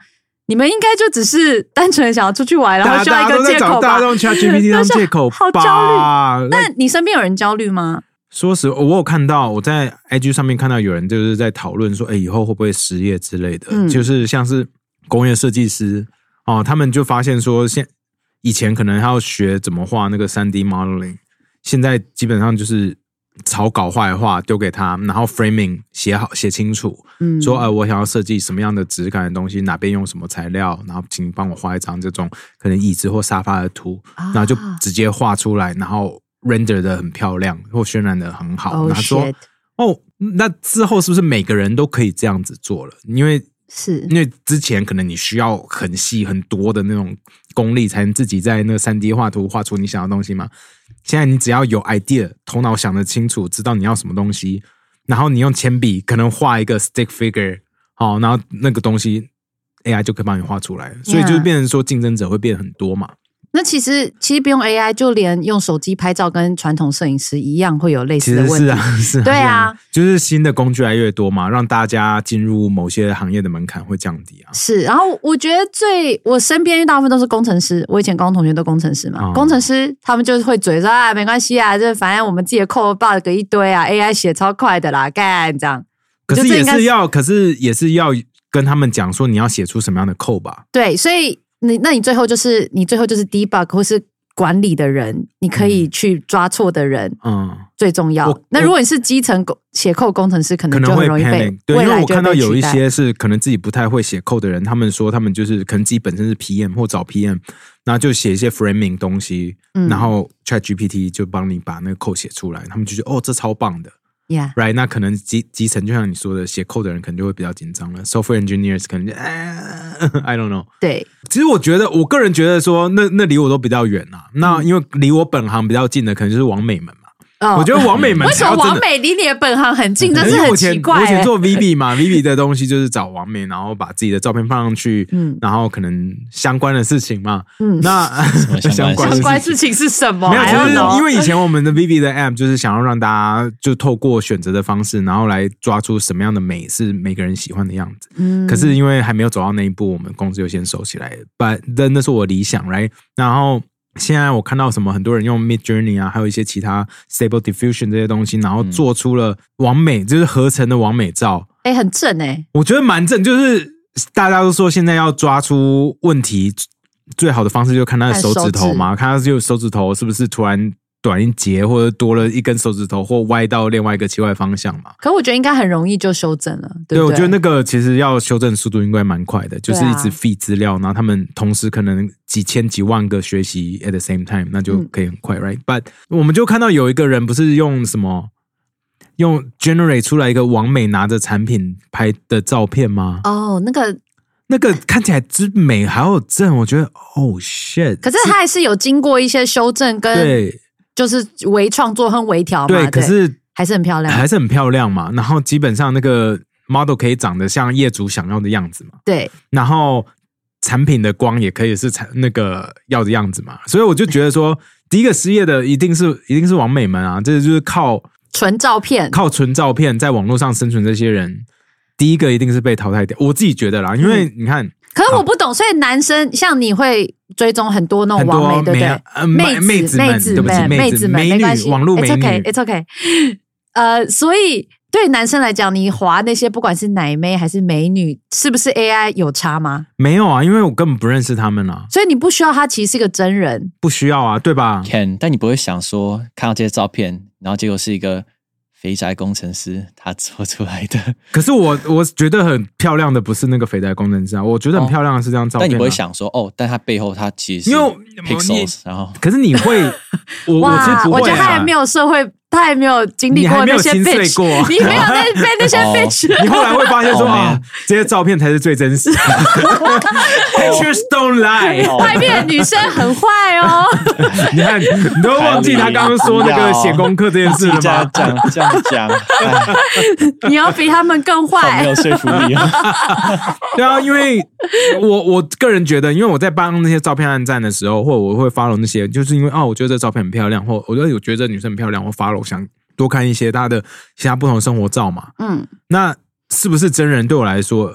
你们应该就只是单纯想要出去玩，然后需要一个借口吧？ 大家都用 ChatGPT 当借口吧， 好焦虑。那你身边有人焦虑吗？ 说实话，我有看到我在 I G 上面看到有人就是在讨论说，哎、欸，以后会不会失业之类的？嗯、就是像是工业设计师哦，他们就发现说，现以前可能还要学怎么画那个 三 D modeling， 现在基本上就是草稿画一画丢给他，然后 framing 写好写清楚，嗯，说呃我想要设计什么样的质感的东西，哪边用什么材料，然后请你帮我画一张这种可能椅子或沙发的图，啊、然后就直接画出来，然后 render 的很漂亮或渲染的很好。 Oh, 他说哦，那之后是不是每个人都可以这样子做了？因为是因为之前可能你需要很细很多的那种功力才能自己在那个 三 D 画图画出你想要的东西嘛。现在你只要有 idea， 头脑想得清楚，知道你要什么东西，然后你用铅笔可能画一个 stick figure， 好，然后那个东西 A I 就可以帮你画出来，所以就变成说竞争者会变很多嘛。 那其实其实不用 A I， 就连用手机拍照跟传统摄影师一样会有类似的问题。 其实是啊，是啊， 对啊， 就是新的工具越来越多嘛，让大家进入某些行业的门槛会降低啊。 是，然后我觉得最我身边大部分都是工程师，我以前高中同学都工程师嘛，哦、工程师他们就是会嘴说啊，没关系啊，这反正我们自己的 code bug 一堆啊 ，A I 写超快的啦，干这样。 可是也是要，可是也是要跟他们讲说你要写出什么样的 code 吧？ 对，所以你那你最后就是你最后就是 debug 或是管理的人，你可以去抓错的人，嗯，最重要。那如果你是基层写code工程师，可能就很容易被， 对，因为我看到有一些是可能自己不太会写code的人，他们说他们就是可能自己本身是 P M 或找 P M， 然后就写一些 framing 东西，嗯、然后 ChatGPT 就帮你把那个code写出来，他们就觉得哦，这超棒的。 Yeah. Right， 那可能基基层就像你说的，写 code 的人可能就会比较紧张了。Software engineers 可能就、啊、I don't know。 对， 其实我觉得，我个人觉得说，那那离我都比较远啊。那因为离我本行比较近的，可能就是网美们嘛。哦、我觉得网美们为什么网美离你的本行很近？这是很奇怪、欸。 我以前做 V B 嘛 ，V B 的东西就是找网美，然后把自己的照片放上去，嗯，然后可能相关的事情嘛，嗯，那相关相关事情是什么？ 没有，就是因为以前我们的 V B 的 App 就是想要让大家就透过选择的方式，然后来抓出什么样的美是每个人喜欢的样子。嗯，可是因为还没有走到那一步，我们公司就先收起来了。But 那是我理想 ，right？ 然后。现在我看到什么很多人用 Midjourney 啊，还有一些其他 Stable Diffusion 这些东西，然后做出了完美，就是合成的完美照。 哎、欸，很正哎、欸， 我觉得蛮正。就是大家都说现在要抓出问题，最好的方式就看他的手指头嘛，看他就手指头是不是突然短一截，或者多了一根手指头，或歪到另外一个奇怪方向嘛。 可我觉得应该很容易就修正了，对不对？ 对，我觉得那个其实要修正速度应该蛮快的，就是一直 feed 资料，然后他们同时可能几千几万个学习 at the same time， 那就可以很快、嗯、，right？ But 我们就看到有一个人不是用什么用 generate 出来一个网美拿着产品拍的照片吗？ 哦，那个。 那个看起来之美还有正，我觉得哦 shit。可是他还是有经过一些修正跟对。就是微创作和微调嘛， 对，可是还是很漂亮， 还是很漂亮嘛。然后基本上那个 model 可以长得像业主想要的样子嘛， 对。 然后产品的光也可以是那个要的样子嘛。所以我就觉得说，第一个失业的一定是一定是网美们啊，这就是靠纯照片， 靠纯照片在网络上生存这些人，第一个一定是被淘汰掉。我自己觉得啦，因为你看。嗯可是我不懂，所以男生像你会追踪很多那种网美，对不对？ 呃、妹子、妹子们、妹子们、妹子们、美女、网络美女 ，It's OK，It's OK。呃，所以对男生来讲，你滑那些不管是奶妹还是美女，是不是 A I 有差吗？ 没有啊，因为我根本不认识他们啊， 所以你不需要他其实是个真人， 不需要啊，对吧 ？Ken， 但你不会想说看到这些照片，然后结果是一个。肥宅工程师他做出来的， 可是我我觉得很漂亮的不是那个肥宅工程师啊，我觉得很漂亮的是这张照片、啊哦。 但你不会想说哦，但他背后他其实是 pixels， 然后可是你会，我我其实不会、啊， 我觉得他还没有社会。他还没有经历过那些 bitch， 过你没有那被那些 bitch，、哦、 你后来会发现说、哦、啊，这些照片才是最真实的。Pictures don't lie， 外面的女生很坏哦。 你看，你都忘记他刚刚说那个写功课这件事了吗？ 这样讲，这样讲， 你要比他们更坏， 没有说服力啊。 对啊，因为我我个人觉得，因为我在帮那些照片按赞的时候，或者我会 follow 那些，就是因为哦，我觉得这照片很漂亮，或我觉得我觉得这女生很漂亮，我 follow。我想多看一些他的其他不同的生活照嘛，嗯，那是不是真人对我来说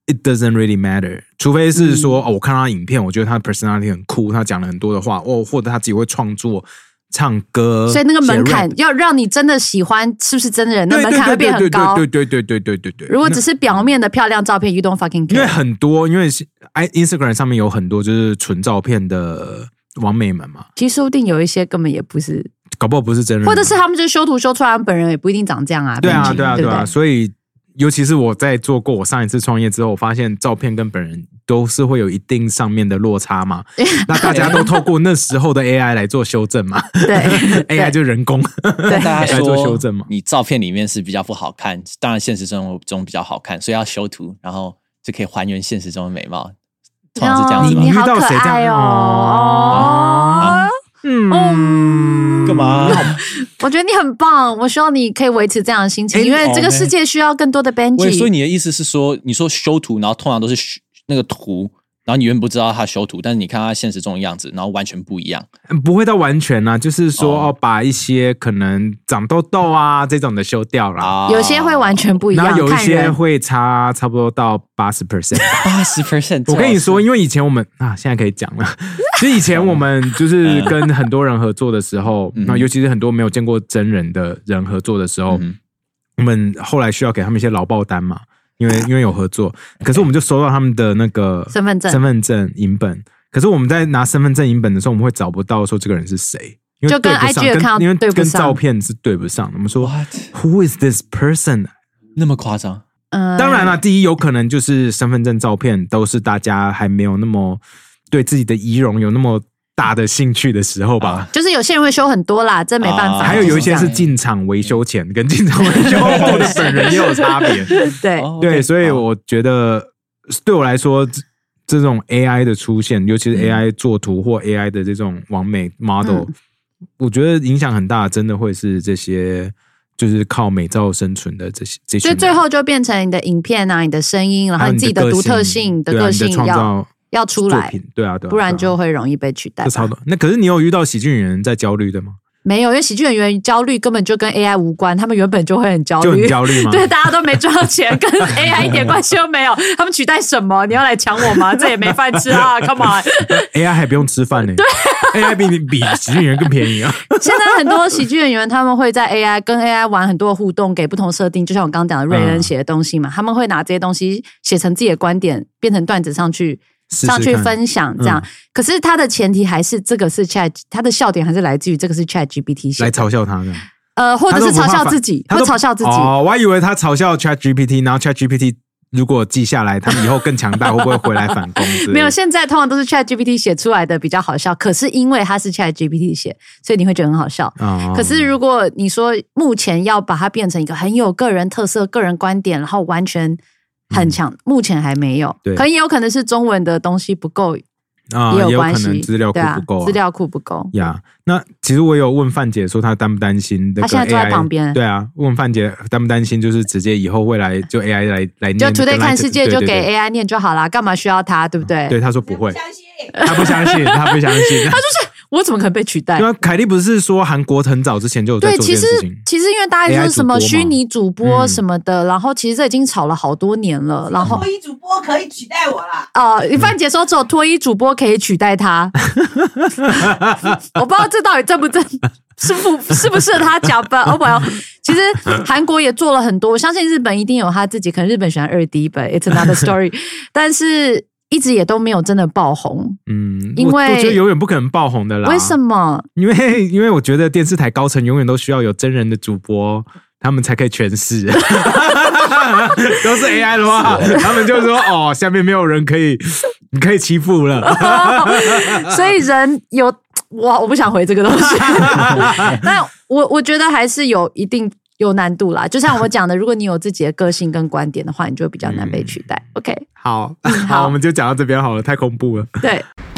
it doesn't really matter， 除非是说、嗯哦、我看到他影片，我觉得他的 personality 很酷，他讲了很多的话，哦，或者他自己会创作。唱歌， 所以那个门槛要让你真的喜欢，是不是真的人？那门槛会变很高。 对对对对对对对对。 如果只是表面的漂亮照片 ，you don't fucking care。 因为很多，因为 Instagram 上面有很多就是纯照片的网美们嘛。 其实说不定有一些根本也不是， 搞不好不是真人， 或者是他们就是修图修出来，他们本人也不一定长这样啊。 对啊，对啊，对啊。所以，尤其是我在做过我上一次创业之后，我发现照片跟本人都是会有一定上面的落差嘛。那大家都透过那时候的 A I 来做修正嘛。 对 ，A I 就人工对大家来做修正嘛。 你照片里面是比较不好看，当然现实中中比较好看，所以要修图，然后就可以还原现实中的美貌。通常是这样子吗？ 你好可爱哦！哦嗯，干嘛？ 我觉得你很棒，我希望你可以维持这样的心情，因为这个世界需要更多的 Benji。 所以你的意思是说，你说修图，然后通常都是那个图，然后你原本不知道他修图，但是你看他现实中的样子，然后完全不一样。 不会到完全啊，就是说哦，把一些可能长痘痘啊这种的修掉了、哦， 有些会完全不一样， 然后有一些会差差不多到八十 percent， 八十 percent。 我跟你说，因为以前我们啊，现在可以讲了。其实以前我们就是跟很多人合作的时候，然后尤其是很多没有见过真人的人合作的时候，嗯、我们后来需要给他们一些劳报单嘛，因为因为有合作，可是我们就收到他们的那个身份证、 身份证影本，可是我们在拿身份证影本的时候，我们会找不到说这个人是谁，因为就跟 I G account 因为跟照片是对不上的。我们说 Who is this person？ 那么夸张？ 嗯， 当然了，第一有可能就是身份证照片都是大家还没有那么对自己的仪容有那么大的兴趣的时候吧， 就是有些人会修很多啦，这没办法。 还有有一些是进场维修前跟进场维修后的本人也有差别。 对对，所以我觉得对我来说，这种 A I 的出现，尤其是 A I 做图或 A I 的这种网美 model，、嗯、我觉得影响很大，真的会是这些。就是靠美照生存的这些这些， 所以最后就变成你的影片啊，你的声音，然后你自己的独特性、你的个性要要出来， 对啊，对啊， 不然就会容易被取代。 超多。那可是你有遇到喜剧演员在焦虑的吗？ 没有，因为喜剧演员焦虑根本就跟 A I 无关，他们原本就会很焦虑， 就很焦虑吗？ 对，大家都没赚到钱，跟 A I 一点关系都没有。他们取代什么？你要来抢我吗？这也没饭吃啊 ！Come on，A I 还不用吃饭呢。对。A I 比你比喜剧演员更便宜啊！ 现在很多喜剧演员他们会在 A I 跟 A I 玩很多的互动，给不同设定，就像我刚刚讲的瑞恩写的东西嘛，嗯、他们会拿这些东西写成自己的观点，变成段子上去试试上去分享这样。嗯、可是它的前提还是这个是 Chat， 它的笑点还是来自于这个是 Chat G P T 写的， 来嘲笑他的， 呃，或者是嘲笑自己，或嘲笑自己。 哦，我还以为他嘲笑 Chat G P T， 然后 Chat G P T。如果记下来，他们以后更强大，会不会回来反攻？ 没有，现在通常都是 Chat G P T 写出来的比较好笑。可是因为它是 Chat G P T 写，所以你会觉得很好笑。哦、可是如果你说目前要把它变成一个很有个人特色、个人观点，然后完全很强，嗯、目前还没有。可能也有可能是中文的东西不够。 啊、 也有关系， 也有可能资料库不够、啊， 资、啊、料库不够呀。Yeah, 那其实我有问范姐说，她担不担心、那個？ 她现在坐在旁边。 对啊，问范姐担不担心，就是直接以后未来就 A I 来来念， 就 Today 看世界就给 A I 念就好啦，干嘛需要它？对不对？ 对，她说不会，她不相信，她不相信， 她就是。我怎么可能被取代？ 因为凯莉不是说韩国很早之前就有在做这件事情。 对，其实其实因为大家说什么虚拟主播什么的，然后其实这已经吵了好多年了。然后脱衣主播可以取代我啦。 哦、呃，范姐说只有脱衣主播可以取代他，我不知道这到底正不正，是不是不是他讲吧？哦不，其实韩国也做了很多，我相信日本一定有他自己，可能日本喜欢二 D 吧 ，It's another story， 但是。一直也都没有真的爆红， 嗯， 因为我, 我觉得永远不可能爆红的啦。 为什么？ 因为因为我觉得电视台高层永远都需要有真人的主播，他们才可以诠释。都是 A I 的话，他们就说哦，下面没有人可以，你可以欺负了。 所以人有哇，我不想回这个东西。但我我觉得还是有一定。有难度啦，就像我讲的，如果你有自己的个性跟观点的话，你就会比较难被取代。嗯、OK， 好，好，我们就讲到这边好了，太恐怖了。 对。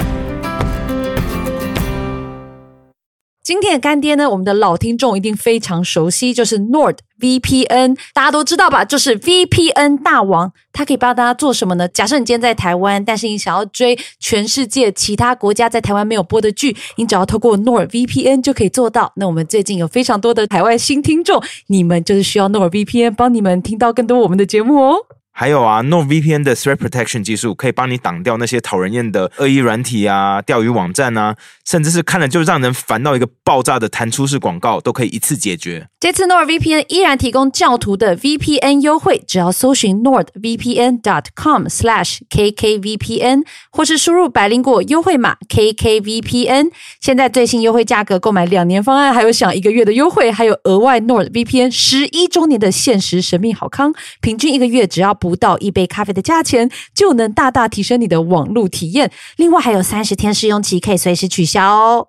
今天的干爹呢，我们的老听众一定非常熟悉，就是 NordVPN， 大家都知道吧？就是 V P N 大王，它可以帮大家做什么呢？假设你今天在台湾，但是你想要追全世界其他国家在台湾没有播的剧，你只要透过 NordVPN 就可以做到。那我们最近有非常多的海外新听众，你们就是需要 NordVPN 帮你们听到更多我们的节目哦。 还有啊 NordVPN 的 Threat Protection 技术可以帮你挡掉那些讨人厌的恶意软体啊、钓鱼网站啊，甚至是看了就让人烦到一个爆炸的弹出式广告都可以一次解决。 这次 NordVPN 依然提供教徒的 V P N 优惠，只要搜寻 nordvpn dot com slash k k v p n 或是输入百灵果优惠码 K K V P N。 现在最新优惠价格，购买两年方案还有享一个月的优惠，还有额外 NordVPN 十一周年的限时神秘好康，平均一个月只要不到一杯咖啡的价钱，就能大大提升你的网络体验。另外还有三十天试用期，可以随时取消哦。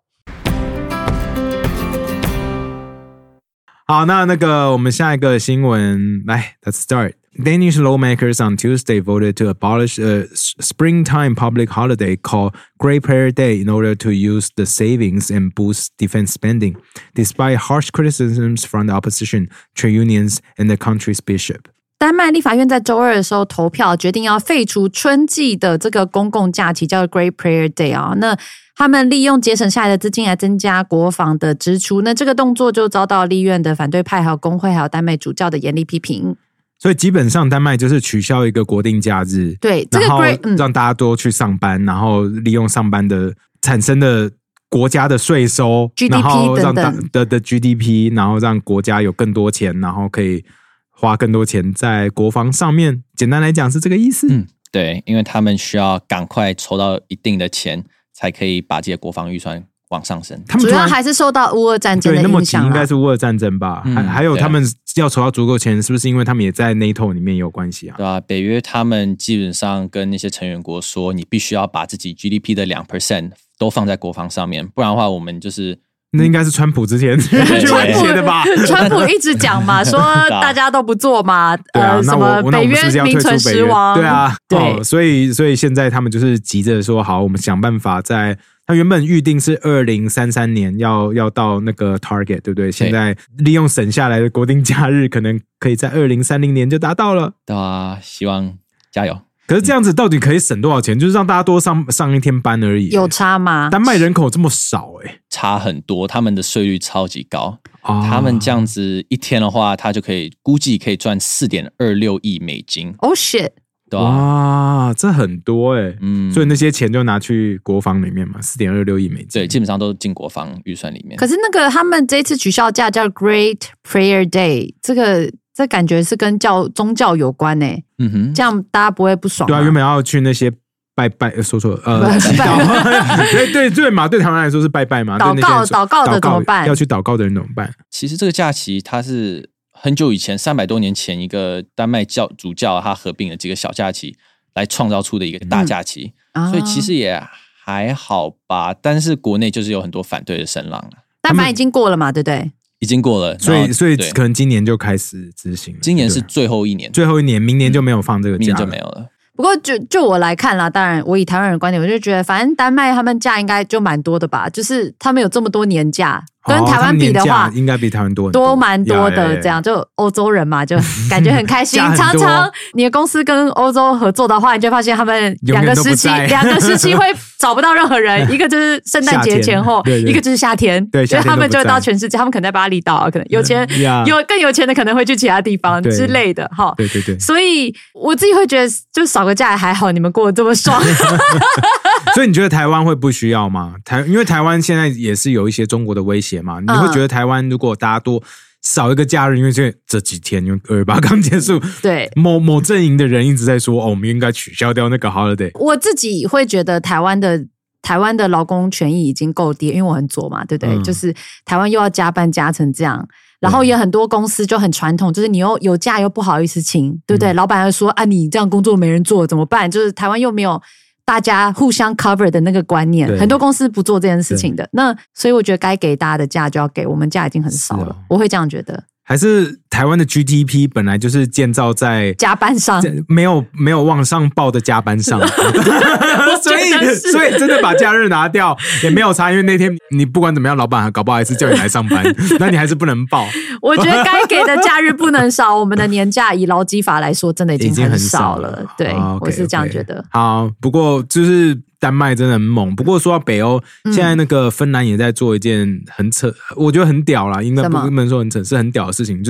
好，那那个我们下一个新闻来 Let's start. Danish lawmakers on Tuesday voted to abolish a springtime public holiday called Great Prayer Day in order to use the savings and boost defense spending, despite harsh criticisms from the opposition, trade unions, and the country's bishop. 丹麦立法院在周二的时候投票，决定要废除春季的这个公共假期，叫做 Great Prayer Day 啊。那他们利用节省下来的资金来增加国防的支出，那这个动作就遭到立院的反对派、还有工会、还有丹麦主教的严厉批评。 所以基本上丹麦就是取消一个国定假日， 对，这个 Great 然后让大家多去上班，嗯、然后利用上班的产生的国家的税收 G D P 然后让等等的的 G D P， 然后让国家有更多钱，然后可以花更多钱在国防上面，简单来讲是这个意思。 嗯，对，因为他们需要赶快筹到一定的钱，才可以把这些国防预算往上升。 他们主要还是受到乌俄战争的影响。 对，那么急应该是乌俄战争吧？嗯、还还有他们要筹到足够钱，是不是因为他们也在 NATO 里面有关系啊？ 对啊，北约他们基本上跟那些成员国说，你必须要把自己 G D P 的 百分之二 都放在国防上面，不然的话，我们就是。 那应该是川普之前写的吧？ 川普一直讲嘛，说大家都不做嘛， 对啊， 呃，什么北约名存实亡， 对啊， 对， 哦、所以所以现在他们就是急着说，好，我们想办法在，他原本预定是二零三三年要要到那个 target， 对不对？现在利用省下来的国定假日，可能可以在二零三零年就达到了。 对啊，希望加油。 可是这样子到底可以省多少钱？就是让大家多上上一天班而已。 有差吗？ 丹麦人口这么少欸， 差很多，他们的税率超级高。哦、他们这样子一天的话，他就可以估计可以赚 四点二六亿美金。 Oh shit！ 对啊， 哇，这很多欸。嗯，所以那些钱就拿去国防里面嘛 ,四点二六亿美金。 对，基本上都进国防预算里面。 可是那个他们这次取消假叫 Great Prayer Day， 这个这感觉是跟教宗教有关欸。嗯哼，这样大家不会不爽吗？ 对啊，原本要去那些拜拜，说错了，呃，祈祷，对对对嘛，对他们来说是拜拜嘛， 祷告祷告的怎么办？ 要去祷告的人怎么办？ 其实这个假期它是很久以前，三百多年前一个丹麦教主教他合并了几个小假期来创造出的一个大假期，嗯、所以其实也还好吧。但是国内就是有很多反对的声浪了。 但反正已经过了嘛，对不对？ 已经过了， 所以所以可能今年就开始执行了。 今年是最后一年， 最后一年，明年就没有放这个假了， 明年就没有了。 不过就就我来看啦，当然我以台湾人的观点，我就觉得反正丹麦他们假应该就蛮多的吧，就是他们有这么多年假，跟台湾比的话， 哦、应该比台湾多很多蛮多的。这样就欧洲人嘛，就感觉很开心。常常你的公司跟欧洲合作的话，你就发现他们两个时期，两个时期会找不到任何人，一个就是圣诞节前后， 对对一个就是夏天， 对， 所以他们就到全世界，他们可能在巴厘岛，可能有钱、嗯、有更有钱的可能会去其他地方之类的哈。 对对对， 所以我自己会觉得，就少个假还好，你们过得这么爽。 所以你觉得台湾会不需要吗？台因为台湾现在也是有一些中国的威胁嘛，你会觉得台湾如果大家多少一个假日，因为这这几天因为二二八刚结束， 对某某阵营的人一直在说哦，我们应该取消掉那个 holiday。 我自己会觉得台湾的台湾的劳工权益已经够低，因为我很左嘛，对不对？嗯、就是台湾又要加班加成这样。然后也很多公司就很传统，就是你又有假又不好意思请，对不对？嗯、老板又说啊，你这样工作没人做怎么办？就是台湾又没有大家互相 cover 的那个观念，很多公司不做这件事情的。那所以我觉得该给大家的假就要给，我们假已经很少了，哦、我会这样觉得。 还是台湾的 G D P 本来就是建造在加班上， 没有没有往上报的加班上，所以所以真的把假日拿掉也没有差，因为那天你不管怎么样，老板搞不好还是叫你来上班，那你还是不能报。 我觉得该给的假日不能少，我们的年假以劳基法来说，真的已经很少了。 很少了对， 哦、 我是这样觉得。 Okay, okay. 好，不过就是丹麦真的很猛。不过说到北欧，嗯、现在那个芬兰也在做一件很扯，我觉得很屌啦，应该不能说很扯，是很屌的事情，就是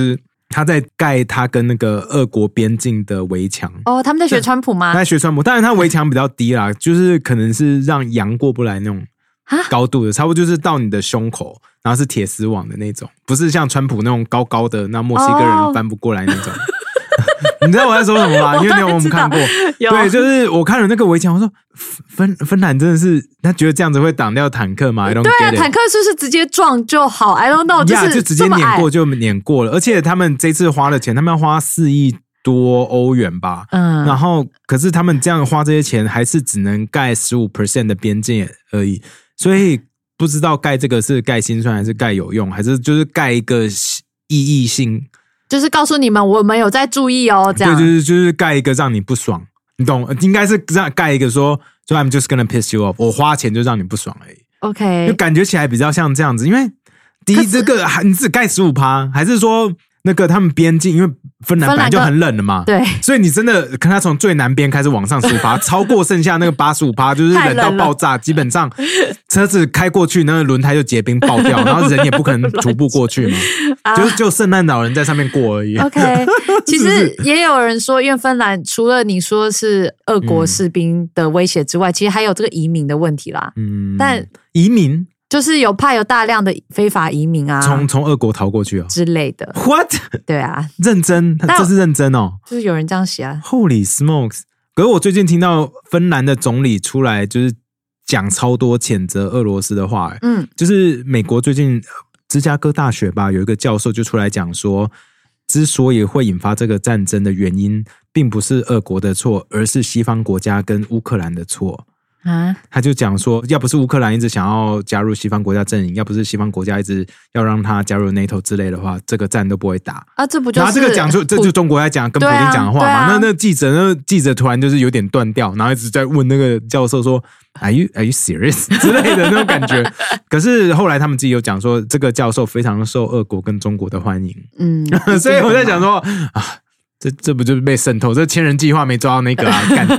他在盖他跟那个俄国边境的围墙。 哦，他们在学川普吗？ 他在学川普，当然他围墙比较低啦，就是可能是让羊过不来那种高度的，差不多就是到你的胸口，然后是铁丝网的那种，不是像川普那种高高的，那墨西哥人翻不过来那种。哦你知道我在说什么吗？因为你有我们看过，对，就是我看了那个围墙，我说芬芬兰真的是他觉得这样子会挡掉坦克吗？ I don't get it。 对啊，坦克是不是直接撞就好 I don't know， 就是、 yeah, 就直接碾过就碾过了，而且他们这次花了钱，他们要花四亿多欧元吧，嗯，然后可是他们这样花这些钱，还是只能盖 百分之十五 的边界而已，所以不知道盖这个是盖心酸还是盖有用，还是就是盖一个意义性。 就是告诉你们，我们有在注意哦，这样。 对，就是就是盖一个让你不爽，你懂？应该是这样盖一个说，就 I'm just gonna piss you off， 我花钱就让你不爽而已。 OK， 就感觉起来比较像这样子，因为第一这个你只盖 百分之十五， 还是说那个他们边境，因为芬兰本来就很冷了嘛， 对， 所以你真的看他从最南边开始往上 百分之十五， 超过剩下那个 百分之八十五， 就是冷到爆炸，基本上车子开过去，那个轮胎就结冰爆掉，然后人也不可能徒步过去嘛，就是就圣诞老人在上面过而已。 OK， 其实也有人说，因为芬兰除了你说是俄国士兵的威胁之外，嗯、其实还有这个移民的问题啦。嗯，但移民。 就是有怕有大量的非法移民啊， 从从俄国逃过去哦之类的。 What？ 对啊， 认真，这是认真哦。 就是有人这样写啊。 Holy smokes！ 可是我最近听到芬兰的总理出来，就是讲超多谴责俄罗斯的话。嗯，就是美国最近芝加哥大学吧，有一个教授就出来讲说，之所以会引发这个战争的原因，并不是俄国的错，而是西方国家跟乌克兰的错。啊、他就讲说，要不是乌克兰一直想要加入西方国家阵营，要不是西方国家一直要让他加入 NATO 之类的话，这个战都不会打啊！这不就是？ 然后这个讲出，这就中国在讲跟普丁讲的话嘛？啊啊、那那记者，那记者突然就是有点断掉，然后一直在问那个教授说 ，Are you Are you serious 之类的那种感觉。可是后来他们自己有讲说，这个教授非常受俄国跟中国的欢迎。嗯，所以我在想说啊。这这不就是被渗透？这千人计划没抓到那个啊！干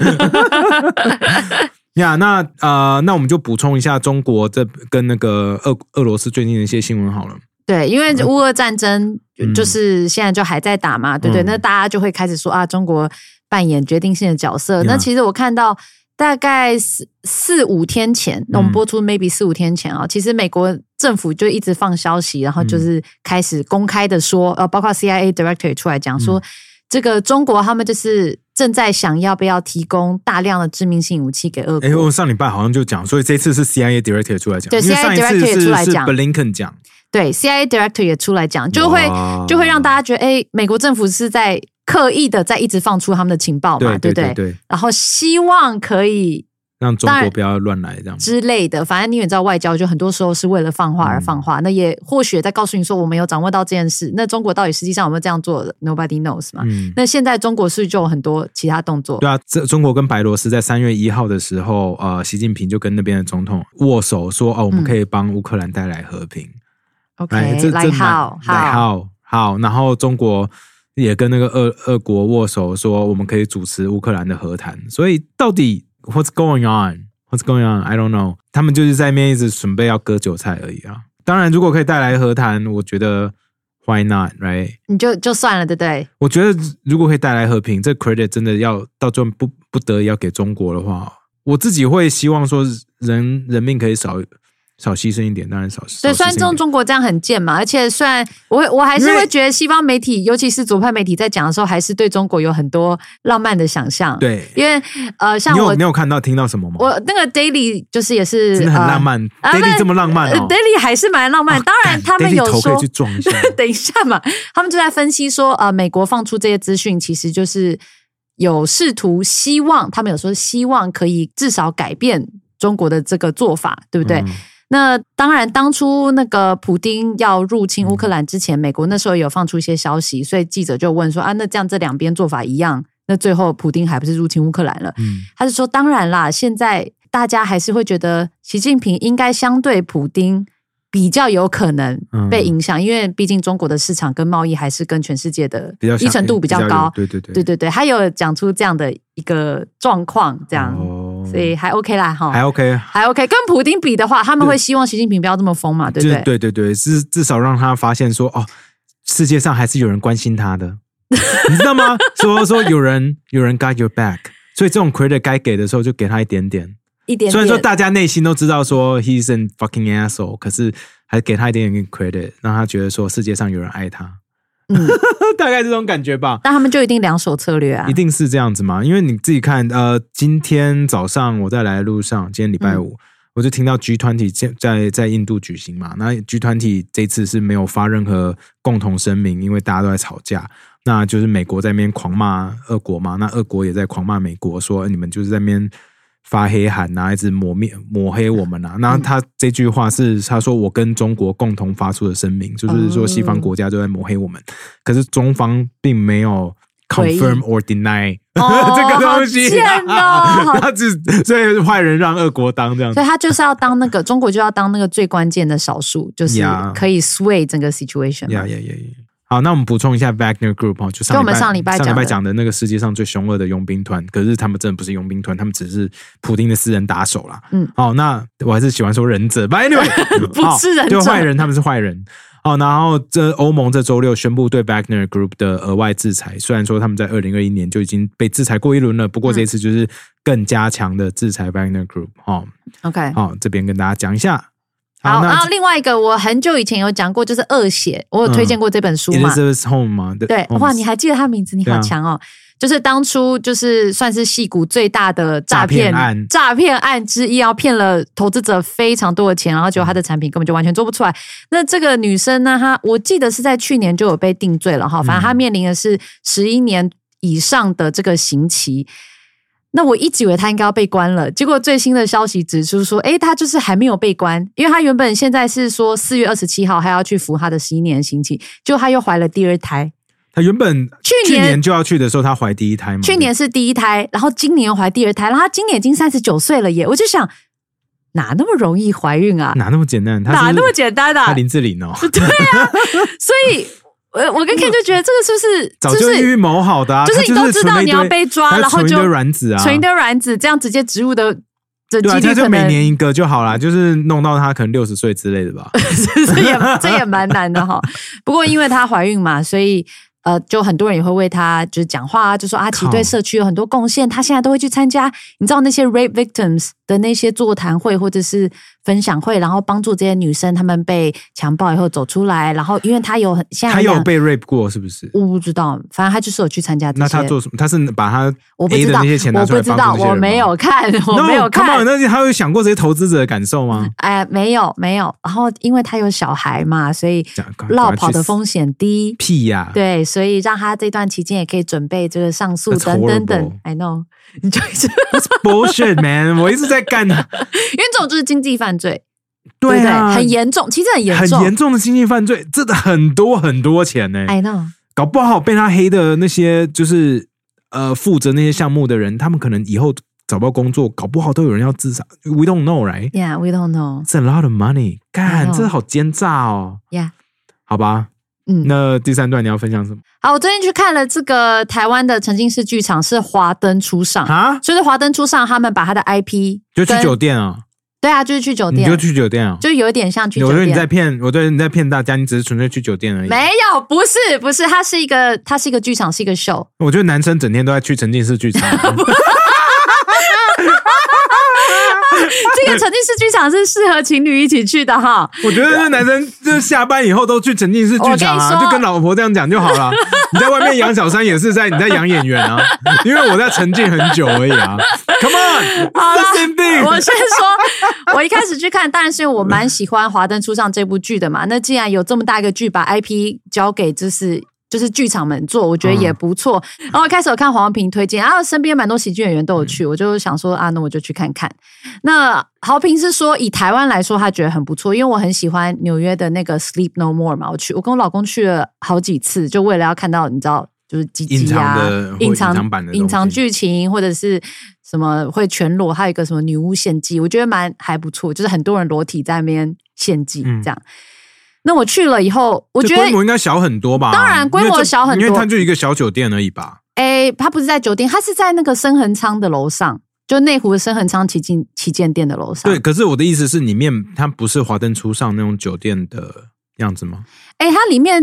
呀， yeah, 那呃，那我们就补充一下中国这跟那个俄俄罗斯最近的一些新闻好了。 对，因为乌俄战争就是现在就还在打嘛，嗯、对不对？那大家就会开始说啊，中国扮演决定性的角色。嗯、那其实我看到大概四四五天前，那我们播出 maybe 四五天前啊，嗯、其实美国政府就一直放消息，然后就是开始公开的说，呃，包括 C I A Director 也出来讲说。嗯这个中国他们就是正在想要不要提供大量的致命性武器给俄国。 哎，我上礼拜好像就讲，所以这次是 C I A Director 出来讲， 对 ，C I A Director 也出来讲 ，Blinken 讲， 对 ，C I A Director 也出来讲，就会就会让大家觉得，哎，美国政府是在刻意的在一直放出他们的情报嘛，对不对？对，然后希望可以。 让中国不要乱来这样之类的，反正你也知道外交就很多时候是为了放话而放话，嗯、那也或许在告诉你说我们有掌握到这件事，那中国到底实际上有没有这样做的 ？Nobody knows 嘛。嗯、那现在中国是就有很多其他动作。 对啊，这中国跟白罗斯在三月一号的时候，呃，习近平就跟那边的总统握手说，哦，我们可以帮乌克兰带来和平。 嗯、OK， 来好来好好，然后中国也跟那个俄俄国握手说，我们可以主持乌克兰的和谈。所以到底。What's going on? What's going on? I don't know. 他们就是在那边一直准备要割韭菜而已啊。当然，如果可以带来和谈，我觉得 why not, right? 你就就算了，对不对？ 我觉得如果可以带来和平，这 credit 真的要到最后不不得已要给中国的话，我自己会希望说人人命可以少。少牺牲一点，当然少。 对，虽然中中国这样很贱嘛，而且虽然我我还是会觉得西方媒体，尤其是左派媒体在讲的时候，还是对中国有很多浪漫的想象。 对， 因为呃，像我， 你有你有看到听到什么吗？ 我那个 Daily 就是也是真的很浪漫、呃、，Daily 这么浪漫哦、呃、 ，Daily 还是蛮浪漫。啊、当然，他们有说， Daily 头可以去撞一下。 等一下嘛，他们就在分析说，呃，美国放出这些资讯，其实就是有试图希望，他们有说希望可以至少改变中国的这个做法，对不对？嗯那当然，当初那个普丁要入侵乌克兰之前，美国那时候有放出一些消息，所以记者就问说啊，那这样这两边做法一样，那最后普丁还不是入侵乌克兰了？嗯，他就说当然啦，现在大家还是会觉得习近平应该相对普丁比较有可能被影响，嗯、因为毕竟中国的市场跟贸易还是跟全世界的依存度比较高。 对对对， 对对对，他有讲出这样的一个状况，这样。哦所以还 OK 啦，哈， 还 OK， 还 OK。跟普丁比的话，他们会希望习近平不要这么疯嘛，对不对？ 对对对，至至少让他发现说，哦， 世界上还是有人关心他的，你知道吗？说说有人有人 got your back， 所以这种 credit 该给的时候就给他一点点， 一点点。 虽然说大家内心都知道说 he's a fucking asshole， 可是还给他一点点 credit， 让他觉得说世界上有人爱他。嗯，大概这种感觉吧。 但他们就一定两手策略啊， 一定是这样子嘛？因为你自己看，呃，今天早上我在来的路上，今天礼拜五。嗯，我就听到 G 二十 在在印度举行嘛，那 G 二十 这次是没有发任何共同声明，因为大家都在吵架。那就是美国在那边狂骂俄国嘛，那俄国也在狂骂美国，说你们就是在那边发黑函啊，一直抹灭抹黑我们啊。那他这句话是他说我跟中国共同发出的声明，就是说西方国家都在抹黑我们，可是中方并没有 confirm or deny 哦这个东西， 哦， 他只所以坏人让俄国当这样子， 所以他就是要当那个中国就要当那个最关键的少数，就是可以 sway 整个 situation。 呀呀呀！好，那我们补充一下 Wagner Group 就上礼拜上礼拜上礼拜讲的那个世界上最凶恶的佣兵团，可是他们真的不是佣兵团，他们只是普丁的私人打手啦。嗯，好，那我还是喜欢说忍者 ，But anyway， 不是忍者， 就坏人，他们是坏人。好，然后这欧盟这周六宣布对 Wagner Group 的额外制裁，虽然说他们在二零二一年就已经被制裁过一轮了，不过这次就是更加强的制裁 Wagner Group。哦 OK， 好，这边跟大家讲一下。 好，然后另外一个我很久以前有讲过，就是恶血，我有推荐过这本书嘛 Elizabeth Holmes 嘛， 对，哇，你还记得他名字，你好强哦。就是当初就是算是矽谷最大的诈骗案诈骗案之一，要骗了投资者非常多的钱，然后结果他的产品根本就完全做不出来。那这个女生呢，她我记得是在去年就有被定罪了哈，反正她面临的是十一年以上的这个刑期。那我一直以为他应该要被关了，结果最新的消息指出说，诶，他就是还没有被关，因为他原本现在是说四月二十七号还要去服他的十一年刑期，结果他又怀了第二胎。 他原本去年, 去年就要去的时候，他怀第一胎嘛？ 去年是第一胎，然后今年又怀第二胎，然后他今年已经三十九岁了耶！我就想，哪那么容易怀孕啊？ 哪那么简单？他是哪那么简单啊？ 他林志玲哦， 对啊，所以。我我跟 Ken 就觉得这个是不是早就预谋好的啊？ 就是你都知道你要被抓，然后就存一堆卵子啊， 存一堆卵子，这样直接植入的的几率可能， 对啊，他就每年一个就好啦，就是弄到他可能六十岁之类的吧。 这也这也蛮难的哈。不过因为她怀孕嘛，所以呃，就很多人也会为她就是讲话啊，就说啊，其实对社区有很多贡献，她现在都会去参加，你知道那些 rape victims 的那些座谈会或者是分享会，然后帮助这些女生她们被强暴以后走出来，然后因为她有很现在她有被 rape 过是不是？ 我不知道，反正她就是有去参加这些。 那她做什么？她是把她 A 的那些钱拿出来帮助这些人吗？ 我不知道，我没有看，我没有看。 No, 那她有想过这些投资者的感受吗？ 哎，没有没有。然后因为她有小孩嘛，所以落跑的风险低。 屁呀、啊！ 对，所以让她这段期间也可以准备这个上诉等等等。I know。你就一直 That's bullshit, man！ 我一直在干，因为这种就是经济犯罪， 对啊， 对对很严重，其实很严重，很严重的经济犯罪，真的很多很多钱呢、 欸。I know， 搞不好被他黑的那些就是呃负责那些项目的人，他们可能以后找不到工作，搞不好都有人要自杀。We don't know, right? Yeah, we don't know. It's a lot of money. 干，这好奸诈哦。 Yeah， 好吧。嗯，那第三段你要分享什么？ 好，我最近去看了这个台湾的沉浸式剧场，是华灯初上啊，就是华灯初上，他们把他的 I P 就去酒店啊， 对啊，就是去酒店， 你就去酒店啊， 就有一点像去酒店。 我觉得你在骗，我觉得你在骗大家，你只是纯粹去酒店而已。 没有，不是，不是，它是一个，它是一个剧场，是一个 show。 我觉得男生整天都在去沉浸式剧场。 这个沉浸式剧场是适合情侣一起去的哈。 我觉得这男生就是下班以后都去沉浸式剧场啊，就跟老婆这样讲就好了。你在外面养小三也是在你在养演员啊，因为我在沉浸很久而已啊。Come on， 好啦，我先说，我一开始去看，当然是因为我蛮喜欢《华灯初上》这部剧的嘛。那既然有这么大一个剧，把 I P 交给就是就是剧场们做，我觉得也不错。嗯、然后一开始我看黄豪平推荐，然后身边蛮多喜剧演员都有去，我就想说啊，那我就去看看。那豪平是说以台湾来说，他觉得很不错，因为我很喜欢纽约的那个 Sleep No More 嘛，我去，我跟我老公去了好几次，就为了要看到你知道。就是鸡鸡啊， 隐藏的隐藏剧情，或者是什么会全裸，还有一个什么女巫献祭，我觉得蛮还不错。就是很多人裸体在那边献祭这样。嗯、那我去了以后，我觉得规模应该小很多吧？ 当然规模小很多， 因为它就一个小酒店而已吧。 诶，它不是在酒店，它是在那个深恒昌的楼上，就内湖的深恒昌旗舰旗舰店的楼上。 对，可是我的意思是，里面它不是华灯初上那种酒店的样子吗？ 诶，它里面。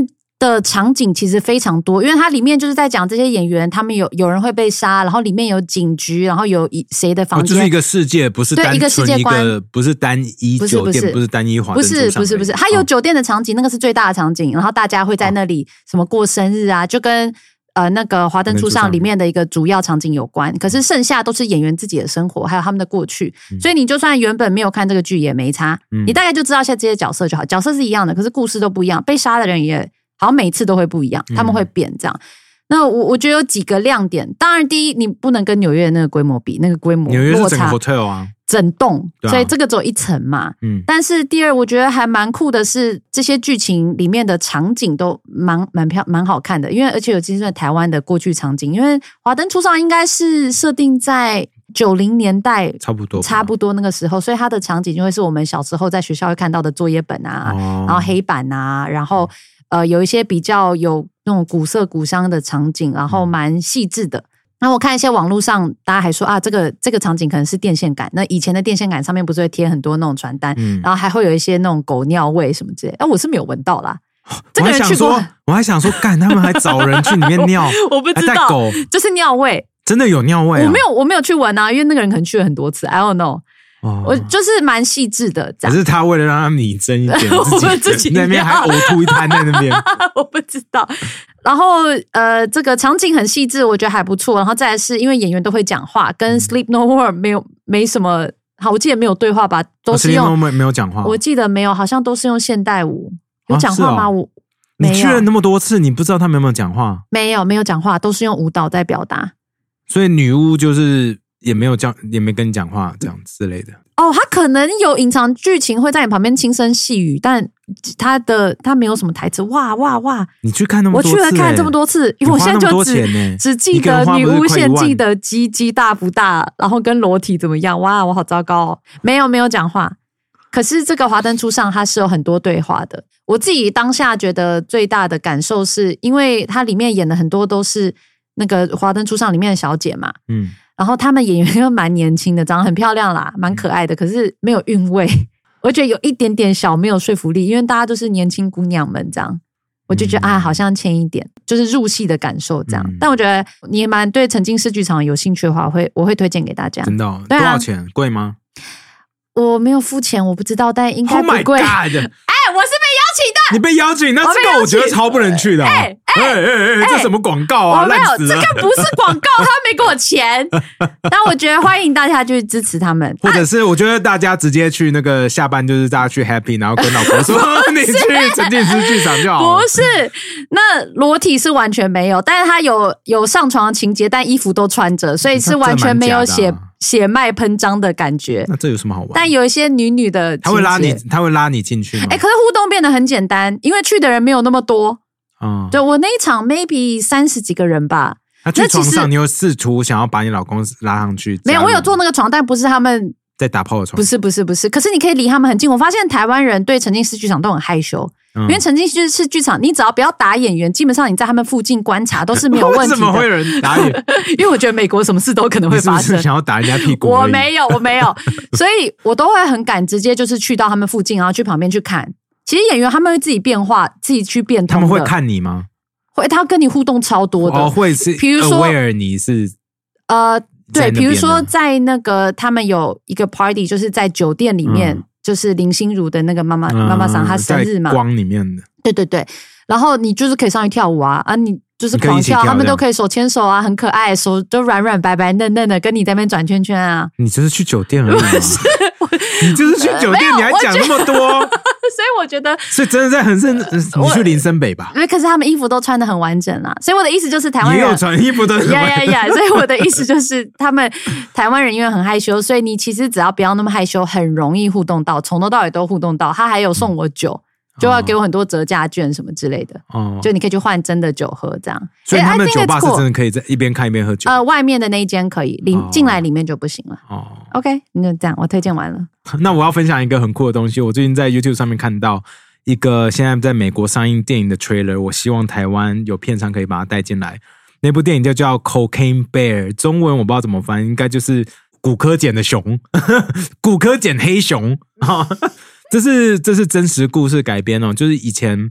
的场景其实非常多，因为它里面就是在讲这些演员，他们有有人会被杀，然后里面有警局，然后有谁的房间， 哦，就是一个世界，不是单纯一个世界观，不是单一酒店，不 是, 不 是, 不是单一华灯初上， 不是不是不是，它有酒店的场景，哦，那个是最大的场景，然后大家会在那里什么过生日啊，就跟呃那个华灯初上里面的一个主要场景有关，可是剩下都是演员自己的生活，还有他们的过去，嗯，所以你就算原本没有看这个剧也没差，嗯，你大概就知道一下这些角色就好，角色是一样的，可是故事都不一样，被杀的人也好像每次都会不一样，他们会变这样。嗯，那我我觉得有几个亮点，当然第一，你不能跟纽约的那个规模比，那个规模纽约是整个 hotel 啊， 整栋，啊，所以这个只有一层嘛。嗯，但是第二，我觉得还蛮酷的是，这些剧情里面的场景都蛮蛮漂蛮好看的，因为而且有计算台湾的过去场景，因为华灯初上应该是设定在九零年代， 差不多差不多那个时候，所以它的场景就会是我们小时候在学校会看到的作业本啊，哦，然后黑板啊，然后。呃，有一些比较有那种古色古香的场景，然后蛮细致的。然后我看一些网络上，大家还说啊，这个这个场景可能是电线杆。那以前的电线杆上面不是会贴很多那种传单，嗯，然后还会有一些那种狗尿味什么之类。但我是没有闻到啦。这个人去过， 我还想说，干他们还找人去里面尿， 我不知道，狗就是尿味， 真的有尿味，啊？ 我没有，我没有去闻啊，因为那个人可能去了很多次 ，I don't know。我就是蛮细致的，这样。 可是他为了让他拟真一点，自己, 自己那边还呕吐一滩在那边， 我不知道。然后呃，这个场景很细致，我觉得还不错。然后再来是因为演员都会讲话，跟 Sleep No More 没有没什么，好，我记得没有对话吧，都是用、 哦、Sleep No More 没有讲话， 我记得没有，好像都是用现代舞。有讲话吗？啊哦、我你去了那么多次，你不知道他们有没有讲话？ 没有，没有讲话，都是用舞蹈在表达。 所以女巫就是也没有讲，也没跟你讲话，这样之类的。 哦，他可能有隐藏剧情，会在你旁边轻声细语，但他的他没有什么台词。哇哇哇！ 你去看那么多次、欸， 我去了看这么多次，因为我现在就只、欸、只记得女巫献祭的鸡鸡大不大，然后跟裸体怎么样。哇，我好糟糕哦！没有没有讲话，可是这个华灯初上它是有很多对话的。我自己当下觉得最大的感受是，因为它里面演的很多都是那个华灯初上里面的小姐嘛，嗯。然后他们演员又蛮年轻的，长得很漂亮啦，蛮可爱的，可是没有韵味，我觉得有一点点小没有说服力，因为大家都是年轻姑娘们这样，我就觉得、嗯、啊，好像欠一点，就是入戏的感受这样。嗯、但我觉得你也蛮对沉浸式剧场有兴趣的话，我会我会推荐给大家。 真的、哦？ 对啊、 多少钱？贵吗？ 我没有付钱，我不知道，但应该不贵。 Oh my God！ 哎，我是被邀请的。 你被邀请，那这个我觉得超不能去的、啊。哎哎哎哎，这什么广告啊？ 我没有，这个不是广告，他没给我钱。但我觉得欢迎大家去支持他们， 或者是我觉得大家直接去那个下班，就是大家去 happy， 然后跟老婆说你去沉浸式剧场就好。 不是，那裸体是完全没有，但是他有有上床的情节，但衣服都穿着，所以是完全没有血血脉喷张的感觉。 那这有什么好玩？ 但有一些女女的情节， 他会拉你，他会拉你进去吗？ 哎、欸，可是互动变得很简单，因为去的人没有那么多。嗯，对，我那一场 maybe 三十几个人吧。 那去床上，你有试图想要把你老公拉上去？ 没有，我有坐那个床，但不是他们在打炮的床。 不是，不是，不是。可是你可以离他们很近。我发现台湾人对沉浸式剧场都很害羞，嗯、因为沉浸式剧场，你只要不要打演员，基本上你在他们附近观察都是没有问题的。 为什么会有人打演员？ 因为我觉得美国什么事都可能会发生。 你是不是想要打人家屁股？ 我没有，我没有，所以我都会很敢直接就是去到他们附近，然后去旁边去看。其实演员他们会自己变化，自己去变通的。 他们会看你吗？ 会，他跟你互动超多的。 哦，会是，比如说 aware 你是呃，对，比如说在那个他们有一个 party， 就是在酒店里面，嗯、就是林心如的那个妈妈妈妈桑她生日嘛， 在光里面的， 对对对。然后你就是可以上去跳舞啊啊，你就是狂跳，他们都可以手牵手啊，很可爱，手都软软白白嫩嫩的，跟你在那边转圈圈啊。 你就是去酒店而已吗？你就是去酒店，你还讲那么多。 所以我觉得， 所以真的在很深，你去林森北吧？ 因为可是他们衣服都穿得很完整啦，所以我的意思就是台湾人也有穿衣服的， 呀呀呀！所以我的意思就是他们台湾人因为很害羞，所以你其实只要不要那么害羞，很容易互动到，从头到尾都互动到。他还有送我酒。嗯就要给我很多折价券什么之类的，哦，就你可以去换真的酒喝这样。 所以他们的酒吧是真的可以在一边看一边喝酒。 呃，外面的那一间可以，里进来里面就不行了。哦 ，OK， 那这样我推荐完了。 那我要分享一个很酷的东西，我最近在 YouTube 上面看到一个现在在美国上映电影的 trailer， 我希望台湾有片商可以把它带进来。那部电影就叫 Cocaine Bear， 中文我不知道怎么翻，应该就是骨科碱的熊，骨科碱黑熊。这是这是真实故事改编哦，就是以前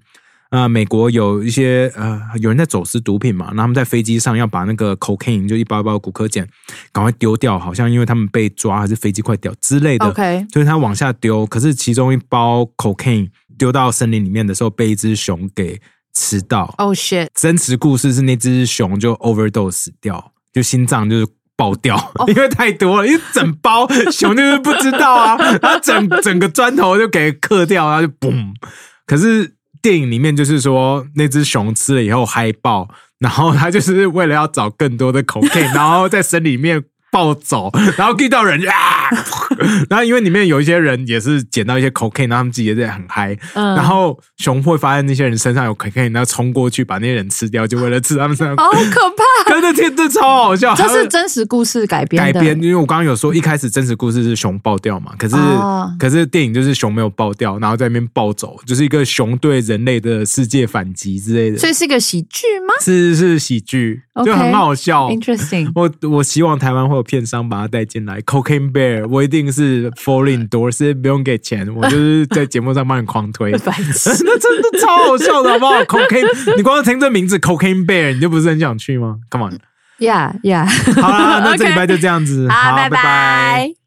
呃，美国有一些呃，有人在走私毒品嘛，然后他们在飞机上要把那个 cocaine 就一包一包骨科碱赶快丢掉，好像因为他们被抓还是飞机快掉之类的， OK， 所以他往下丢。可是其中一包 cocaine 丢到森林里面的时候，被一只熊给吃到。 Oh shit！ 真实故事是那只熊就 overdose 死掉，就心脏就是爆掉，哦、因为太多了，因为整包熊就是不知道啊，然后整整个砖头就给嗑掉，然后就嘣。可是电影里面就是说，那只熊吃了以后嗨爆，然后他就是为了要找更多的 cocaine， 然后在森林里面暴走，然后遇到人啊，然后因为里面有一些人也是捡到一些 cocaine， 然后他们自己也在很嗨、嗯，然后熊会发现那些人身上有 cocaine， 然后冲过去把那些人吃掉，就为了吃他们身上。 好可怕！ 真的天，这超好笑。 这是真实故事改编的。 改编，因为我刚刚有说一开始真实故事是熊爆掉嘛，可是、哦、可是电影就是熊没有爆掉，然后在那边暴走，就是一个熊对人类的世界反击之类的。 所以是一个喜剧吗？ 是是喜剧， okay, 就很好笑。 Interesting。 我我希望台湾会有片商把它带进来。Cocaine Bear， 我一定是 fall endorse， 不用给钱，我就是在节目上帮你狂推。那真的超好笑的，好不好 ？Cocaine， 你光听这名字 Cocaine Bear， 你就不是很想去吗 ？Come on。 Yeah, yeah 。 好啦，那这礼拜就这样子。 好， 好， 拜拜。 拜拜。